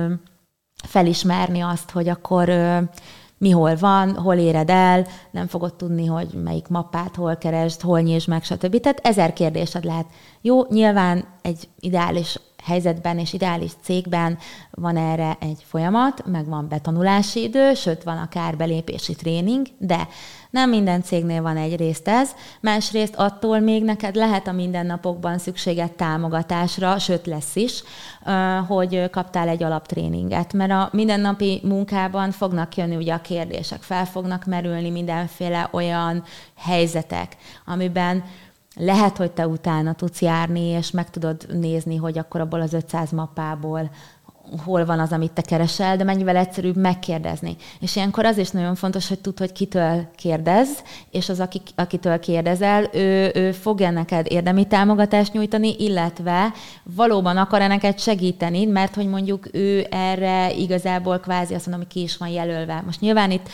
felismerni azt, hogy akkor ö, mi hol van, hol éred el, nem fogod tudni, hogy melyik mappát hol keresd, hol nyisd meg, stb. Tehát ezer kérdésed lehet. Jó, nyilván egy ideális helyzetben és ideális cégben van erre egy folyamat, meg van betanulási idő, sőt van akár belépési tréning, de nem minden cégnél van egyrészt ez, másrészt attól még neked lehet a mindennapokban szükséged támogatásra, sőt lesz is, hogy kaptál egy alaptréninget, mert a mindennapi munkában fognak jönni ugye a kérdések, fel fognak merülni mindenféle olyan helyzetek, amiben lehet, hogy te utána tudsz járni, és meg tudod nézni, hogy akkor abból az ötszáz mappából hol van az, amit te keresel, de mennyivel egyszerűbb megkérdezni. És ilyenkor az is nagyon fontos, hogy tudd, hogy kitől kérdez, és az, akik, akitől kérdezel, ő, ő fog-e neked érdemi támogatást nyújtani, illetve valóban akar-e neked segíteni, mert hogy mondjuk ő erre igazából kvázi azt mondom, hogy ki is van jelölve. Most nyilván itt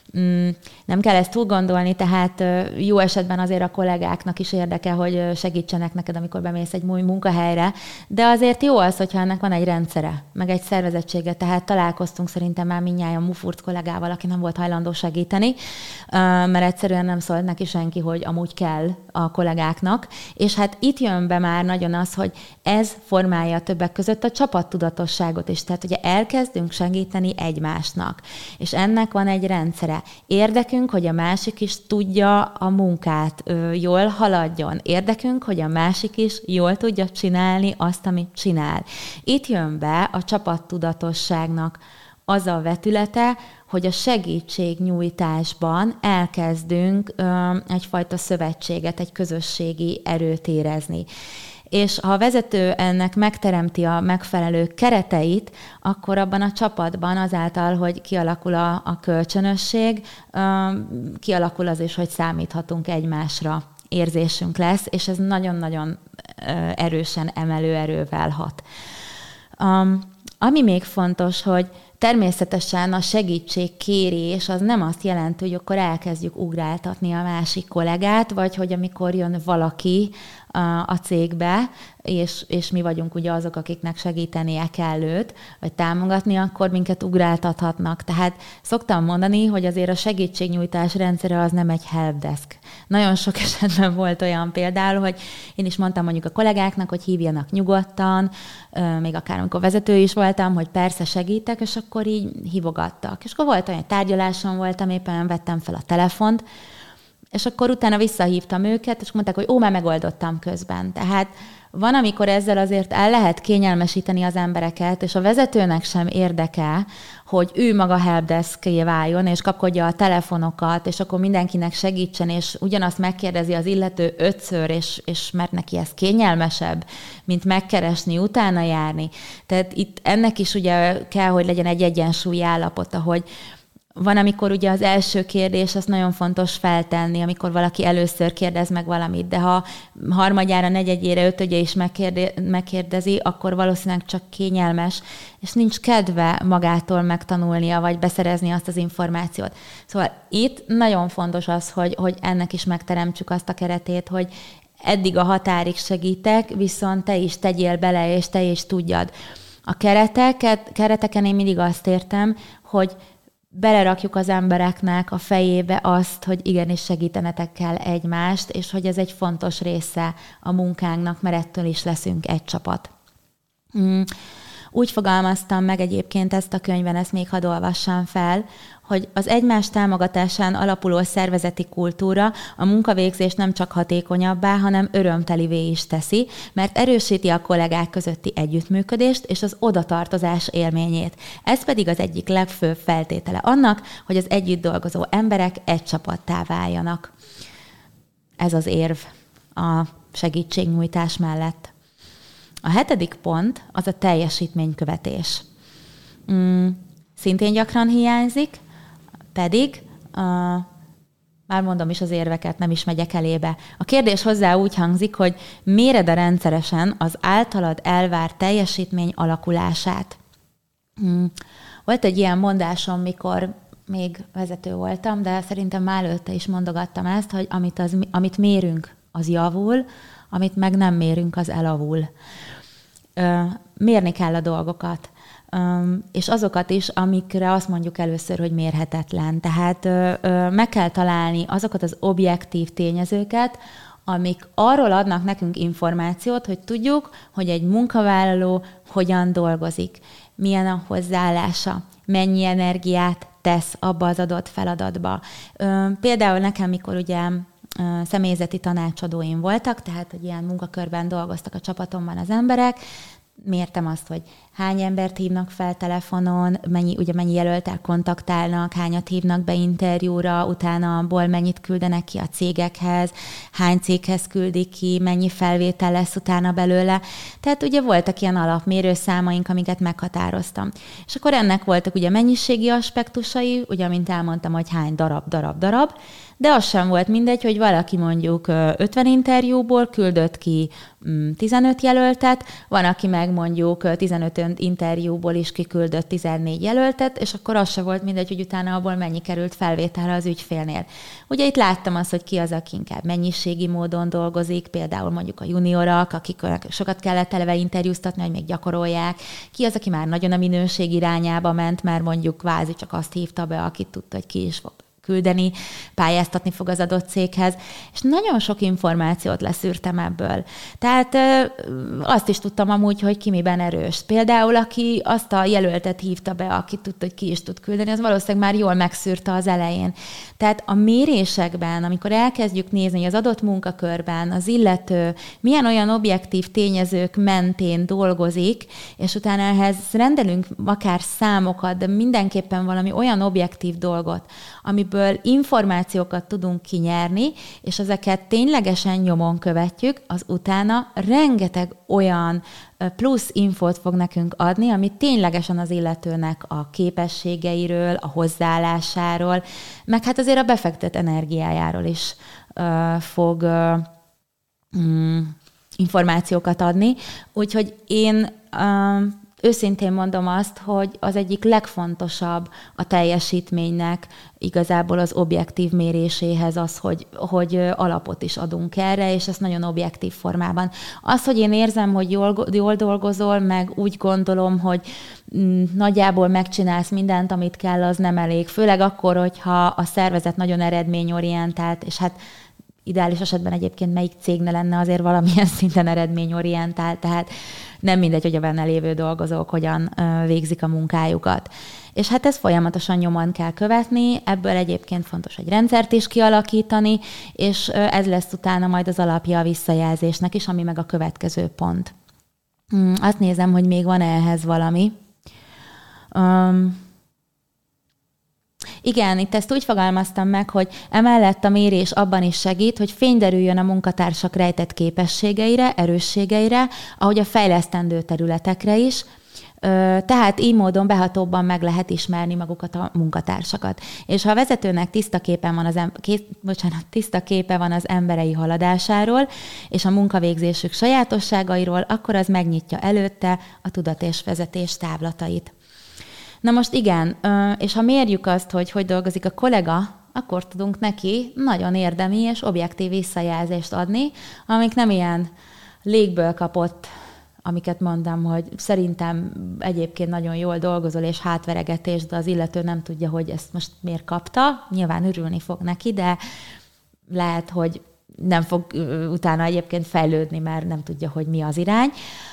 Nem kell ezt túl gondolni, tehát jó esetben azért a kollégáknak is érdeke, hogy segítsenek neked, amikor bemész egy új munkahelyre, de azért jó az, hogyha ennek van egy rendszere, meg egy szervezettsége, tehát találkoztunk szerintem már mindnyájan Mufurc kollégával, aki nem volt hajlandó segíteni, mert egyszerűen nem szólt neki senki, hogy amúgy kell a kollégáknak, és hát itt jön be már nagyon az, hogy ez formálja többek között a csapattudatosságot is, tehát ugye elkezdünk segíteni egymásnak, és ennek van egy rendszere. Érdekünk, hogy a másik is tudja a munkát, jól haladjon. Érdekünk, hogy a másik is jól tudja csinálni azt, amit csinál. Itt jön be a csapattudatosságnak az a vetülete, hogy a segítségnyújtásban elkezdünk ö, egyfajta szövetséget, egy közösségi erőt érezni. És ha a vezető ennek megteremti a megfelelő kereteit, akkor abban a csapatban azáltal, hogy kialakul a, a kölcsönösség, ö, kialakul az is, hogy számíthatunk egymásra, érzésünk lesz, és ez nagyon-nagyon ö, erősen emelő erővel hat. Um, ami még fontos, hogy természetesen a segítségkérés az nem azt jelenti, hogy akkor elkezdjük ugráltatni a másik kollégát, vagy hogy amikor jön valaki a cégbe, és, és mi vagyunk ugye azok, akiknek segítenie kell őt, vagy támogatni, akkor minket ugráltathatnak. Tehát szoktam mondani, hogy azért a segítségnyújtás rendszere az nem egy helpdesk. Nagyon sok esetben volt olyan például, hogy én is mondtam mondjuk a kollégáknak, hogy hívjanak nyugodtan, még akár amikor vezető is voltam, hogy persze segítek, és akkor így hívogattak. És akkor volt olyan tárgyaláson voltam, éppen vettem fel a telefont, és akkor utána visszahívtam őket, és mondták, hogy ó, már megoldottam közben. Tehát van, amikor ezzel azért el lehet kényelmesíteni az embereket, és a vezetőnek sem érdeke, hogy ő maga helpdesk-ké váljon, és kapkodja a telefonokat, és akkor mindenkinek segítsen, és ugyanazt megkérdezi az illető ötször, és, és mert neki ez kényelmesebb, mint megkeresni, utána járni. Tehát itt ennek is ugye kell, hogy legyen egy egyensúlyi állapota, hogy van, amikor ugye az első kérdés, azt nagyon fontos feltenni, amikor valaki először kérdez meg valamit, de ha harmadjára, negyedjére, ötödje is megkérdezi, akkor valószínűleg csak kényelmes, és nincs kedve magától megtanulnia, vagy beszerezni azt az információt. Szóval itt nagyon fontos az, hogy, hogy ennek is megteremtsük azt a keretét, hogy eddig a határig segítek, viszont te is tegyél bele, és te is tudjad. A kereteket, kereteken én mindig azt értem, hogy belerakjuk az embereknek a fejébe azt, hogy igenis segítenetek kell egymást, és hogy ez egy fontos része a munkánknak, mert ettől is leszünk egy csapat. Úgy fogalmaztam meg egyébként ezt a könyvben, ezt még hadd olvassam fel, hogy az egymás támogatásán alapuló szervezeti kultúra a munkavégzést nem csak hatékonyabbá, hanem örömtelivé is teszi, mert erősíti a kollégák közötti együttműködést és az odatartozás élményét. Ez pedig az egyik legfőbb feltétele annak, hogy az együtt dolgozó emberek egy csapattá váljanak. Ez az érv a segítségnyújtás mellett. A hetedik pont az a teljesítménykövetés. Mm, szintén gyakran hiányzik, pedig, uh, már mondom is az érveket, nem is megyek elébe. A kérdés hozzá úgy hangzik, hogy méred-e rendszeresen az általad elvárt teljesítmény alakulását. Mm, volt egy ilyen mondásom, mikor még vezető voltam, de szerintem már előtte is mondogattam ezt, hogy amit, az, amit mérünk, az javul, amit meg nem mérünk, az elavul. Mérni kell a dolgokat, és azokat is, amikre azt mondjuk először, hogy mérhetetlen. Tehát meg kell találni azokat az objektív tényezőket, amik arról adnak nekünk információt, hogy tudjuk, hogy egy munkavállaló hogyan dolgozik, milyen a hozzáállása, mennyi energiát tesz abba az adott feladatba. Például nekem, mikor ugye személyzeti tanácsadóim voltak, tehát hogy ilyen munkakörben dolgoztak a csapatomban az emberek, mértem azt, hogy hány embert hívnak fel telefonon, mennyi, ugye mennyi jelöltel kontaktálnak, hányat hívnak be interjúra, utána abból mennyit küldenek ki a cégekhez, hány céghez küldik ki, mennyi felvétel lesz utána belőle. Tehát ugye voltak ilyen alapmérőszámaink, amiket meghatároztam. És akkor ennek voltak ugye mennyiségi aspektusai, ugye mint elmondtam, hogy hány darab, darab, darab, de az sem volt mindegy, hogy valaki mondjuk ötven interjúból küldött ki tizenöt jelöltet, van, aki meg mondjuk tizenöt interjúból is kiküldött tizennégy jelöltet, és akkor az se volt mindegy, hogy utána abból mennyi került felvételre az ügyfélnél. Ugye itt láttam azt, hogy ki az, aki inkább mennyiségi módon dolgozik, például mondjuk a juniorak, akik sokat kellett eleve interjúztatni, hogy még gyakorolják. Ki az, aki már nagyon a minőség irányába ment, mert mondjuk kvázi csak azt hívta be, akit tudta, hogy ki is fog küldeni, pályáztatni fog az adott céghez, és nagyon sok információt leszűrtem ebből. Tehát azt is tudtam amúgy, hogy ki miben erős. Például, aki azt a jelöltet hívta be, aki tudta, hogy ki is tud küldeni, az valószínűleg már jól megszűrte az elején. Tehát a mérésekben, amikor elkezdjük nézni, hogy az adott munkakörben az illető milyen olyan objektív tényezők mentén dolgozik, és utána ehhez rendelünk akár számokat, de mindenképpen valami olyan objektív dolgot, amiből információkat tudunk kinyerni, és ezeket ténylegesen nyomon követjük, az utána rengeteg olyan plusz infót fog nekünk adni, ami ténylegesen az illetőnek a képességeiről, a hozzáállásáról, meg hát azért a befektetett energiájáról is uh, fog uh, um, információkat adni. Úgyhogy én uh, őszintén mondom azt, hogy az egyik legfontosabb a teljesítménynek igazából az objektív méréséhez az, hogy, hogy alapot is adunk erre, és ezt nagyon objektív formában. Az, hogy én érzem, hogy jól, jól dolgozol, meg úgy gondolom, hogy mm, nagyjából megcsinálsz mindent, amit kell, az nem elég. Főleg akkor, hogyha a szervezet nagyon eredményorientált, és hát ideális esetben egyébként melyik cég ne lenne azért valamilyen szinten eredményorientált, tehát nem mindegy, hogy a benne lévő dolgozók hogyan végzik a munkájukat. És hát ezt folyamatosan nyomon kell követni, ebből egyébként fontos egy rendszert is kialakítani, és ez lesz utána majd az alapja a visszajelzésnek is, ami meg a következő pont. Azt nézem, hogy még van ehhez valami. Um, Igen, itt ezt úgy fogalmaztam meg, hogy emellett a mérés abban is segít, hogy fény derüljön a munkatársak rejtett képességeire, erősségeire, ahogy a fejlesztendő területekre is, tehát így módon behatóbban meg lehet ismerni magukat a munkatársakat. És ha a vezetőnek tiszta képen van az em- ké- bocsánat, tiszta képe van az emberei haladásáról és a munkavégzésük sajátosságairól, akkor az megnyitja előtte a tudat és vezetés távlatait. Na most igen, és ha mérjük azt, hogy hogy dolgozik a kollega, akkor tudunk neki nagyon érdemi és objektív visszajelzést adni, amik nem ilyen légből kapott, amiket mondtam, hogy szerintem egyébként nagyon jól dolgozol és hátveregetés, de az illető nem tudja, hogy ezt most miért kapta. Nyilván örülni fog neki, de lehet, hogy nem fog utána egyébként fejlődni, mert nem tudja, hogy mi az irány.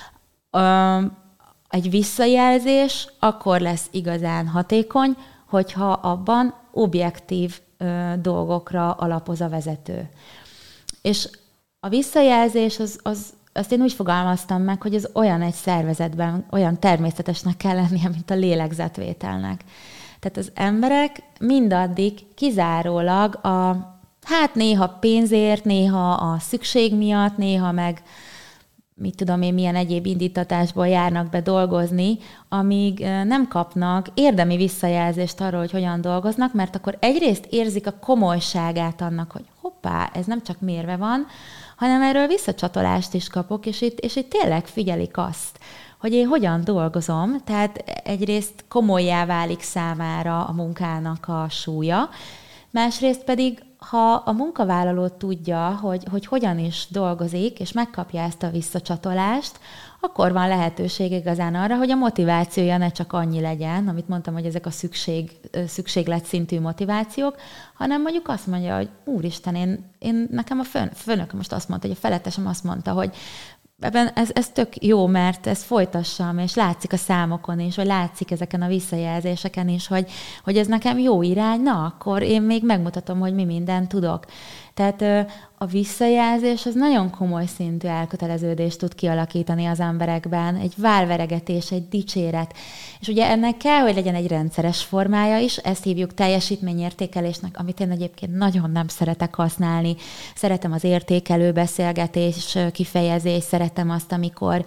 Egy visszajelzés akkor lesz igazán hatékony, hogyha abban objektív ö, dolgokra alapoz a vezető. És a visszajelzés, az, az, azt én úgy fogalmaztam meg, hogy az olyan egy szervezetben, olyan természetesnek kell lennie, mint a lélegzetvételnek. Tehát az emberek mindaddig kizárólag a, hát néha pénzért, néha a szükség miatt, néha meg mit tudom én, milyen egyéb indítatásból járnak be dolgozni, amíg nem kapnak érdemi visszajelzést arról, hogy hogyan dolgoznak, mert akkor egyrészt érzik a komolyságát annak, hogy hoppá, ez nem csak mérve van, hanem erről visszacsatolást is kapok, és itt, és itt tényleg figyelik azt, hogy én hogyan dolgozom, tehát egyrészt komollyá válik számára a munkának a súlya, másrészt pedig ha a munkavállaló tudja, hogy, hogy hogyan is dolgozik, és megkapja ezt a visszacsatolást, akkor van lehetőség igazán arra, hogy a motivációja ne csak annyi legyen, amit mondtam, hogy ezek a szükség, szükségletszintű motivációk, hanem mondjuk azt mondja, hogy úristen, én, én nekem a főn, főnök most azt mondta, hogy a felettesem azt mondta, hogy ebben ez, ez tök jó, mert ezt folytassam, és látszik a számokon is, vagy látszik ezeken a visszajelzéseken is, hogy, hogy ez nekem jó irány, na, akkor én még megmutatom, hogy mi mindent tudok. Tehát a visszajelzés az nagyon komoly szintű elköteleződést tud kialakítani az emberekben, egy válveregetés, egy dicséret. És ugye ennek kell, hogy legyen egy rendszeres formája is, ezt hívjuk teljesítményértékelésnek, amit én egyébként nagyon nem szeretek használni. Szeretem az értékelő beszélgetés, kifejezés, szeretem azt, amikor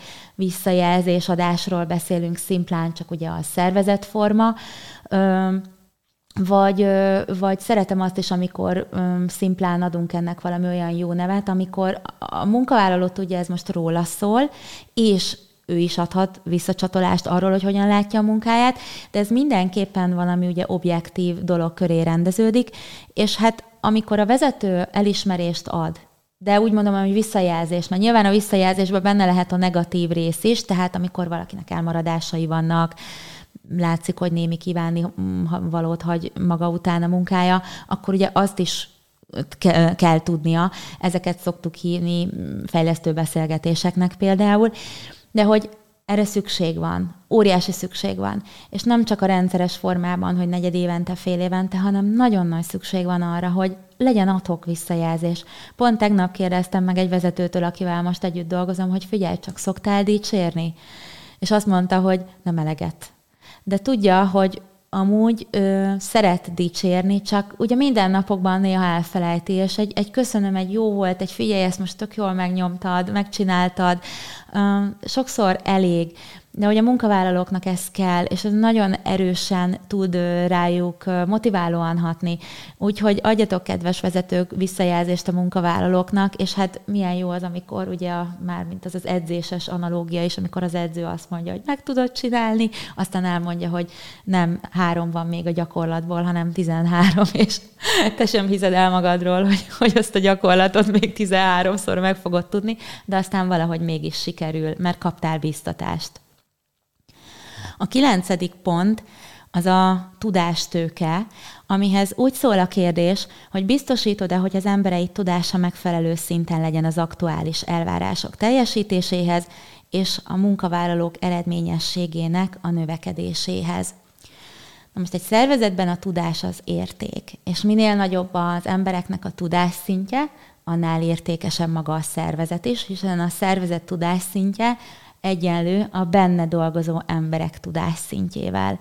visszajelzés adásról beszélünk szimplán, csak ugye a szervezetforma. Vagy, vagy szeretem azt is, amikor szimplán adunk ennek valami olyan jó nevet, amikor a munkavállaló tudja, ez most róla szól, és ő is adhat visszacsatolást arról, hogy hogyan látja a munkáját, de ez mindenképpen valami ugye objektív dolog köré rendeződik, és hát amikor a vezető elismerést ad, de úgy mondom, hogy visszajelzés, mert nyilván a visszajelzésben benne lehet a negatív rész is, tehát amikor valakinek elmaradásai vannak, látszik, hogy némi kívánni valót hagy maga után a munkája, akkor ugye azt is ke- kell tudnia. Ezeket szoktuk hívni fejlesztő beszélgetéseknek például, de hogy erre szükség van, óriási szükség van, és nem csak a rendszeres formában, hogy negyed évente, fél évente, hanem nagyon nagy szükség van arra, hogy legyen ad-hoc visszajelzés. Pont tegnap kérdeztem meg egy vezetőtől, akivel most együtt dolgozom, hogy figyelj csak, szoktál dicsérni? És azt mondta, hogy nem eleget. De tudja, hogy amúgy ö, szeret dicsérni, csak ugye minden napokban néha elfelejti, és egy, egy köszönöm, egy jó volt, egy figyelj, ezt most tök jól megnyomtad, megcsináltad, ö, sokszor elég, de hogy a munkavállalóknak ez kell, és ez nagyon erősen tud rájuk motiválóan hatni. Úgyhogy adjatok, kedves vezetők, visszajelzést a munkavállalóknak, és hát milyen jó az, amikor ugye a, már mint az az edzéses analógia is, amikor az edző azt mondja, hogy meg tudod csinálni, aztán elmondja, hogy nem három van még a gyakorlatból, hanem tizenhárom, és te sem hiszed el magadról, hogy, hogy azt a gyakorlatot még tizenháromszor meg fogod tudni, de aztán valahogy mégis sikerül, mert kaptál biztatást. A kilencedik pont az a tudástőke, amihez úgy szól a kérdés, hogy biztosítod-e, hogy az embereid tudása megfelelő szinten legyen az aktuális elvárások teljesítéséhez és a munkavállalók eredményességének a növekedéséhez. Na most egy szervezetben a tudás az érték, és minél nagyobb az embereknek a tudásszintje, annál értékesebb maga a szervezet is, hiszen a szervezet tudásszintje egyenlő a benne dolgozó emberek tudásszintjével.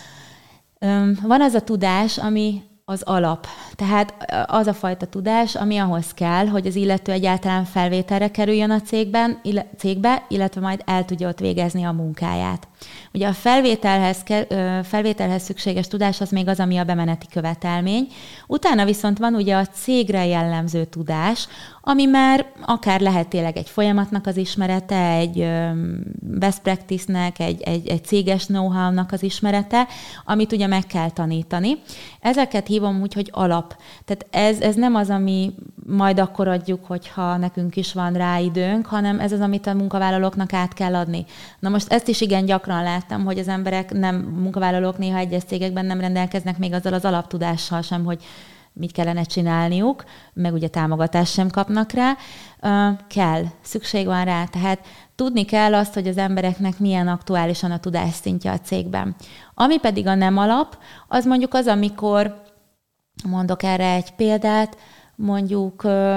Van az a tudás, ami az alap. Tehát az a fajta tudás, ami ahhoz kell, hogy az illető egyáltalán felvételre kerüljön a cégben, cégbe, illetve majd el tudja ott végezni a munkáját. Ugye a felvételhez, felvételhez szükséges tudás az még az, ami a bemeneti követelmény. Utána viszont van ugye a cégre jellemző tudás, ami már akár lehet tényleg egy folyamatnak az ismerete, egy best practice-nek, egy, egy, egy céges know-how-nak az ismerete, amit ugye meg kell tanítani. Ezeket hívom úgy, hogy alap. Tehát ez, ez nem az, ami majd akkor adjuk, hogyha nekünk is van rá időnk, hanem ez az, amit a munkavállalóknak át kell adni. Na most ezt is igen gyakran láttam, hogy az emberek, nem munkavállalók néha egyes cégekben nem rendelkeznek még azzal az alaptudással sem, hogy mit kellene csinálniuk, meg ugye támogatást sem kapnak rá. Uh, kell, szükség van rá, tehát tudni kell azt, hogy az embereknek milyen aktuálisan a tudásszintje a cégben. Ami pedig a nem alap, az mondjuk az, amikor, mondok erre egy példát, mondjuk uh,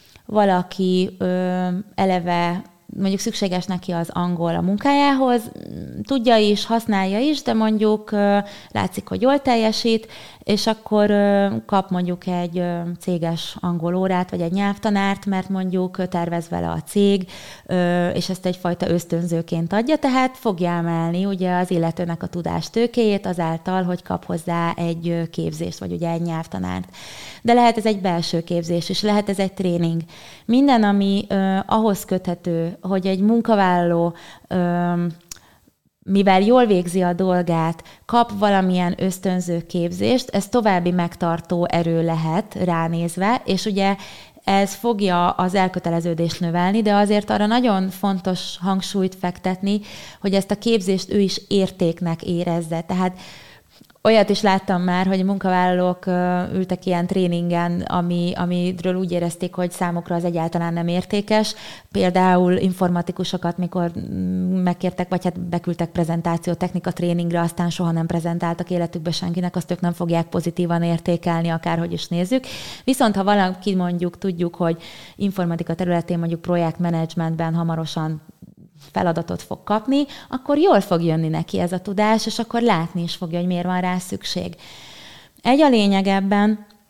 valaki uh, eleve mondjuk szükséges neki az angol a munkájához, tudja is, használja is, de mondjuk látszik, hogy jól teljesít, és akkor kap mondjuk egy céges angol órát, vagy egy nyelvtanárt, mert mondjuk tervez vele a cég, és ezt egyfajta ösztönzőként adja, tehát fogja emelni ugye az illetőnek a tudástőkéjét azáltal, hogy kap hozzá egy képzést, vagy ugye egy nyelvtanárt. De lehet ez egy belső képzés is, lehet ez egy tréning. Minden, ami uh, ahhoz köthető, hogy egy munkavállaló, uh, mivel jól végzi a dolgát, kap valamilyen ösztönző képzést, ez további megtartó erő lehet ránézve, és ugye ez fogja az elköteleződést növelni, de azért arra nagyon fontos hangsúlyt fektetni, hogy ezt a képzést ő is értéknek érezze. Tehát olyat is láttam már, hogy munkavállalók ültek ilyen tréningen, ami, amiről úgy érezték, hogy számukra az egyáltalán nem értékes. Például informatikusokat, mikor megkértek, vagy hát beküldtek prezentáció technika tréningre, aztán soha nem prezentáltak életükbe senkinek, azt ők nem fogják pozitívan értékelni, akárhogy is nézzük. Viszont ha valaki mondjuk tudjuk, hogy informatika területén mondjuk projektmenedzsmentben hamarosan feladatot fog kapni, akkor jól fog jönni neki ez a tudás, és akkor látni is fogja, hogy miért van rá szükség. Egy a lényeg ebben,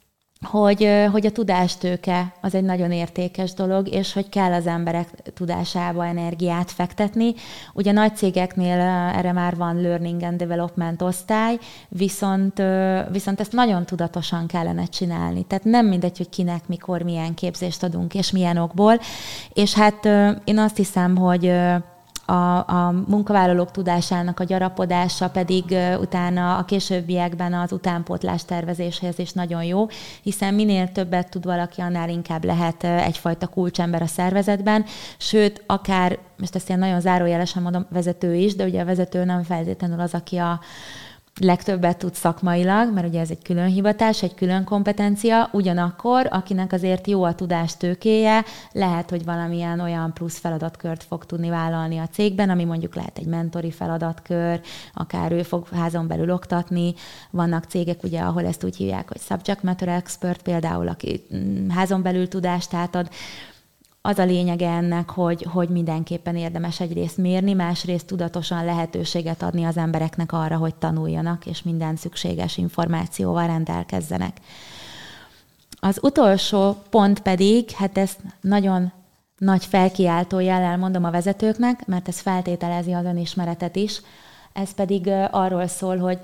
hogy, hogy a tudástőke az egy nagyon értékes dolog, és hogy kell az emberek tudásába energiát fektetni. Ugye nagy cégeknél erre már van Learning and Development osztály, viszont, viszont ezt nagyon tudatosan kellene csinálni. Tehát nem mindegy, hogy kinek, mikor, milyen képzést adunk, és milyen okból. És hát én azt hiszem, hogy A, a munkavállalók tudásának a gyarapodása pedig uh, utána a későbbiekben az utánpótlás tervezéshez is nagyon jó, hiszen minél többet tud valaki, annál inkább lehet uh, egyfajta kulcsember a szervezetben, sőt, akár, most ezt én nagyon zárójelesen mondom, vezető is, de ugye a vezető nem feltétlenül az, aki a legtöbbet tud szakmailag, mert ugye ez egy külön hivatás, egy külön kompetencia, ugyanakkor, akinek azért jó a tudástőkéje, lehet, hogy valamilyen olyan plusz feladatkört fog tudni vállalni a cégben, ami mondjuk lehet egy mentori feladatkör, akár ő fog házon belül oktatni. Vannak cégek, ugye, ahol ezt úgy hívják, hogy subject matter expert, például, aki házon belül tudást átad. Az a lényege ennek, hogy, hogy mindenképpen érdemes egyrészt mérni, másrészt tudatosan lehetőséget adni az embereknek arra, hogy tanuljanak, és minden szükséges információval rendelkezzenek. Az utolsó pont pedig, hát ezt nagyon nagy felkiáltó jellel mondom a vezetőknek, mert ez feltételezi az önismeretet is, ez pedig arról szól, hogy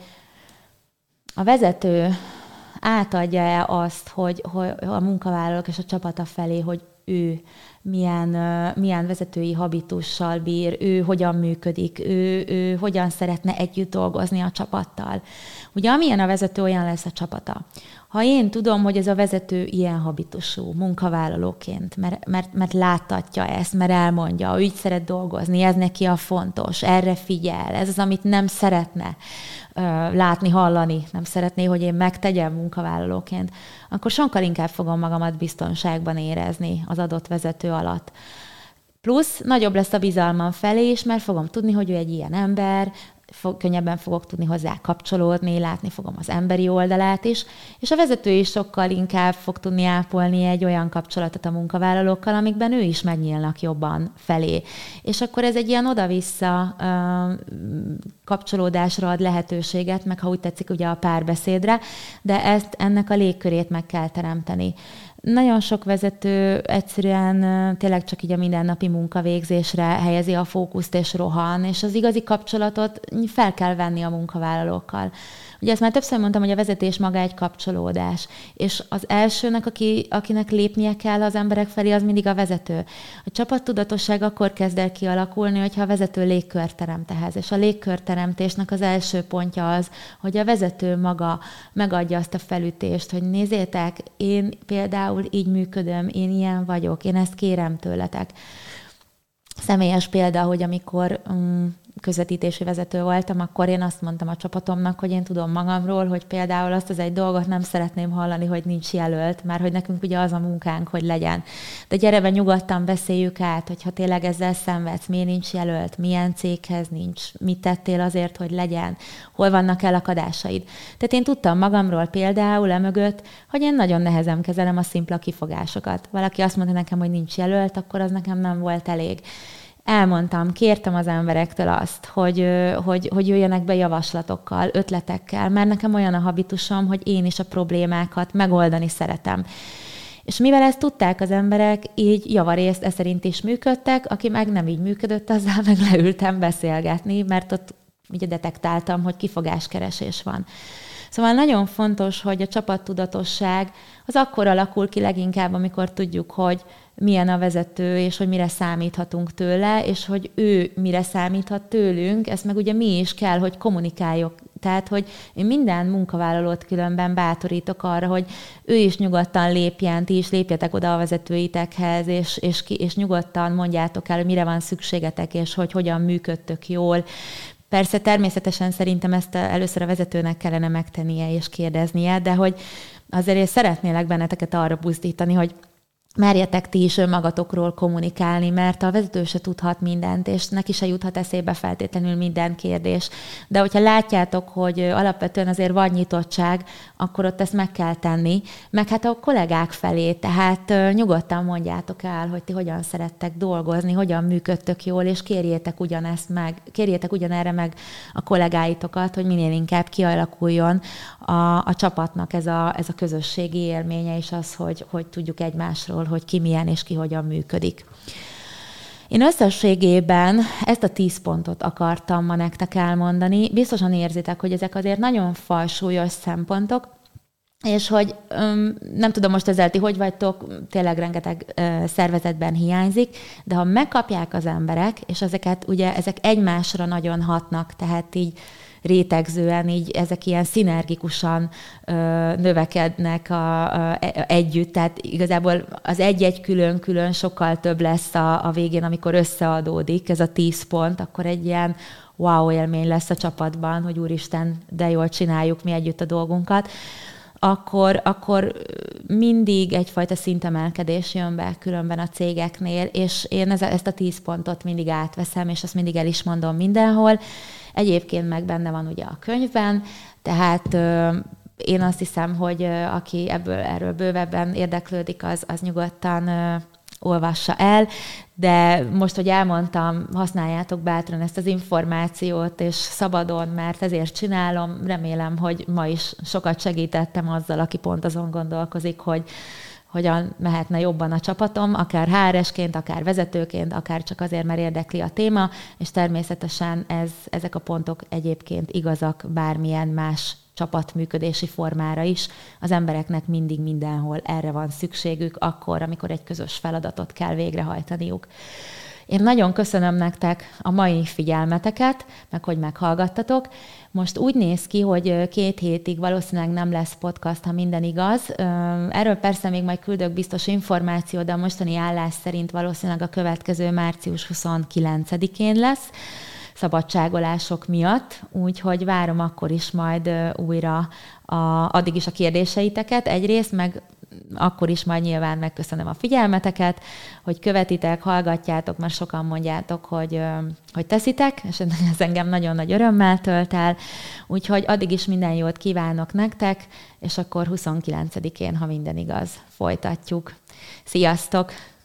a vezető átadja-e azt, hogy, hogy a munkavállalók és a csapata felé, hogy ő milyen, milyen vezetői habitussal bír, ő hogyan működik, ő, ő hogyan szeretne együtt dolgozni a csapattal. Ugye amilyen a vezető, olyan lesz a csapata. Ha én tudom, hogy ez a vezető ilyen habitusú munkavállalóként, mert, mert, mert láttatja ezt, mert elmondja, ő így szeret dolgozni, ez neki a fontos, erre figyel, ez az, amit nem szeretne látni, hallani, nem szeretné, hogy én megtegyem munkavállalóként, akkor sokkal inkább fogom magamat biztonságban érezni az adott vezető alatt. Plusz nagyobb lesz a bizalmam felé is, mert fogom tudni, hogy ő egy ilyen ember, fog, könnyebben fogok tudni hozzá kapcsolódni, látni fogom az emberi oldalát is, és a vezető is sokkal inkább fog tudni ápolni egy olyan kapcsolatot a munkavállalókkal, amikben ő is megnyílnak jobban felé. És akkor ez egy ilyen oda-vissza uh, kapcsolódásra ad lehetőséget, meg ha úgy tetszik, ugye a párbeszédre, de ezt, ennek a légkörét meg kell teremteni. Nagyon sok vezető egyszerűen tényleg csak így a mindennapi munkavégzésre helyezi a fókuszt és rohan, és az igazi kapcsolatot fel kell venni a munkavállalókkal. Ugye ezt már többször mondtam, hogy a vezetés maga egy kapcsolódás, és az elsőnek, aki, akinek lépnie kell az emberek felé, az mindig a vezető. A csapattudatosság akkor kezd el kialakulni, hogyha a vezető légkört teremt ehhez, és a légkörteremtésnek az első pontja az, hogy a vezető maga megadja azt a felütést, hogy nézzétek, én például így működöm, én ilyen vagyok, én ezt kérem tőletek. Személyes példa, hogy amikor um, közvetítési vezető voltam, akkor én azt mondtam a csapatomnak, hogy én tudom magamról, hogy például azt az egy dolgot nem szeretném hallani, hogy nincs jelölt, már hogy nekünk ugye az a munkánk, hogy legyen. De gyere be, nyugodtan beszéljük át, hogyha tényleg ezzel szenvedsz, miért nincs jelölt, milyen céghez nincs, mit tettél azért, hogy legyen, hol vannak elakadásaid. Tehát én tudtam magamról például emögött, hogy én nagyon nehezen kezelem a szimpla kifogásokat. Valaki azt mondta nekem, hogy nincs jelölt, akkor az nekem nem volt elég. Elmondtam, kértem az emberektől azt, hogy, hogy, hogy jöjjenek be javaslatokkal, ötletekkel, mert nekem olyan a habitusom, hogy én is a problémákat megoldani szeretem. És mivel ezt tudták az emberek, így javarészt e szerint is működtek, aki meg nem így működött, azzal meg leültem beszélgetni, mert ott ugye detektáltam, hogy kifogáskeresés van. Szóval nagyon fontos, hogy a csapattudatosság az akkor alakul ki leginkább, amikor tudjuk, hogy milyen a vezető, és hogy mire számíthatunk tőle, és hogy ő mire számíthat tőlünk, ezt meg ugye mi is kell, hogy kommunikáljuk. Tehát, hogy én minden munkavállalót különben bátorítok arra, hogy ő is nyugodtan lépjen, ti is lépjetek oda a vezetőitekhez, és, és, és nyugodtan mondjátok el, hogy mire van szükségetek, és hogy hogyan működtök jól. Persze természetesen szerintem ezt először a vezetőnek kellene megtennie és kérdeznie, de hogy azért én szeretnélek benneteket arra buzdítani, hogy merjetek ti is önmagatokról kommunikálni, mert a vezető se tudhat mindent, és neki se juthat eszébe feltétlenül minden kérdés. De hogyha látjátok, hogy alapvetően azért van nyitottság, akkor ott ezt meg kell tenni, meg hát a kollégák felé, tehát nyugodtan mondjátok el, hogy ti hogyan szerettek dolgozni, hogyan működtök jól, és kérjétek ugyanezt meg, kérjétek ugyanerre meg a kollégáitokat, hogy minél inkább kialakuljon a, a csapatnak ez a, ez a közösségi élménye, és az, hogy, hogy tudjuk egymásról, hogy ki milyen és ki hogyan működik. Én összességében ezt a tíz pontot akartam ma nektek elmondani. Biztosan érzitek, hogy ezek azért nagyon fajsúlyos szempontok, és hogy öm, nem tudom most ezzel ti hogy vagytok, tényleg rengeteg ö, szervezetben hiányzik, de ha megkapják az emberek, és ezeket ugye ezek egymásra nagyon hatnak, tehát így rétegzően, így ezek ilyen szinergikusan ö, növekednek a, a, együtt, tehát igazából az egy-egy külön-külön sokkal több lesz a, a végén, amikor összeadódik ez a tíz pont, akkor egy ilyen wow élmény lesz a csapatban, hogy úristen, de jól csináljuk mi együtt a dolgunkat. Akkor, akkor mindig egyfajta szintemelkedés jön be különben a cégeknél, és én ezt a tíz pontot mindig átveszem, és azt mindig el is mondom mindenhol. Egyébként meg benne van ugye a könyvben, tehát én azt hiszem, hogy aki ebből, erről bővebben érdeklődik, az, az nyugodtan olvassa el, de most, hogy elmondtam, használjátok bátran ezt az információt, és szabadon, mert ezért csinálom. Remélem, hogy ma is sokat segítettem azzal, aki pont azon gondolkozik, hogy hogyan mehetne jobban a csapatom, akár há er esként, akár vezetőként, akár csak azért, mert érdekli a téma, és természetesen ez, ezek a pontok egyébként igazak bármilyen más csapatműködési formára is. Az embereknek mindig mindenhol erre van szükségük, akkor, amikor egy közös feladatot kell végrehajtaniuk. Én nagyon köszönöm nektek a mai figyelmeteket, meg hogy meghallgattatok. Most úgy néz ki, hogy két hétig valószínűleg nem lesz podcast, ha minden igaz. Erről persze még majd küldök biztos információt, de a mostani állás szerint valószínűleg a következő március huszonkilencedikén lesz, szabadságolások miatt, úgyhogy várom akkor is majd újra a, addig is a kérdéseiteket egyrészt, meg akkor is majd nyilván megköszönöm a figyelmeteket, hogy követitek, hallgatjátok, mert sokan mondjátok, hogy, hogy teszitek, és ez engem nagyon nagy örömmel tölt el, úgyhogy addig is minden jót kívánok nektek, és akkor huszonkilencedikén, ha minden igaz, folytatjuk. Sziasztok!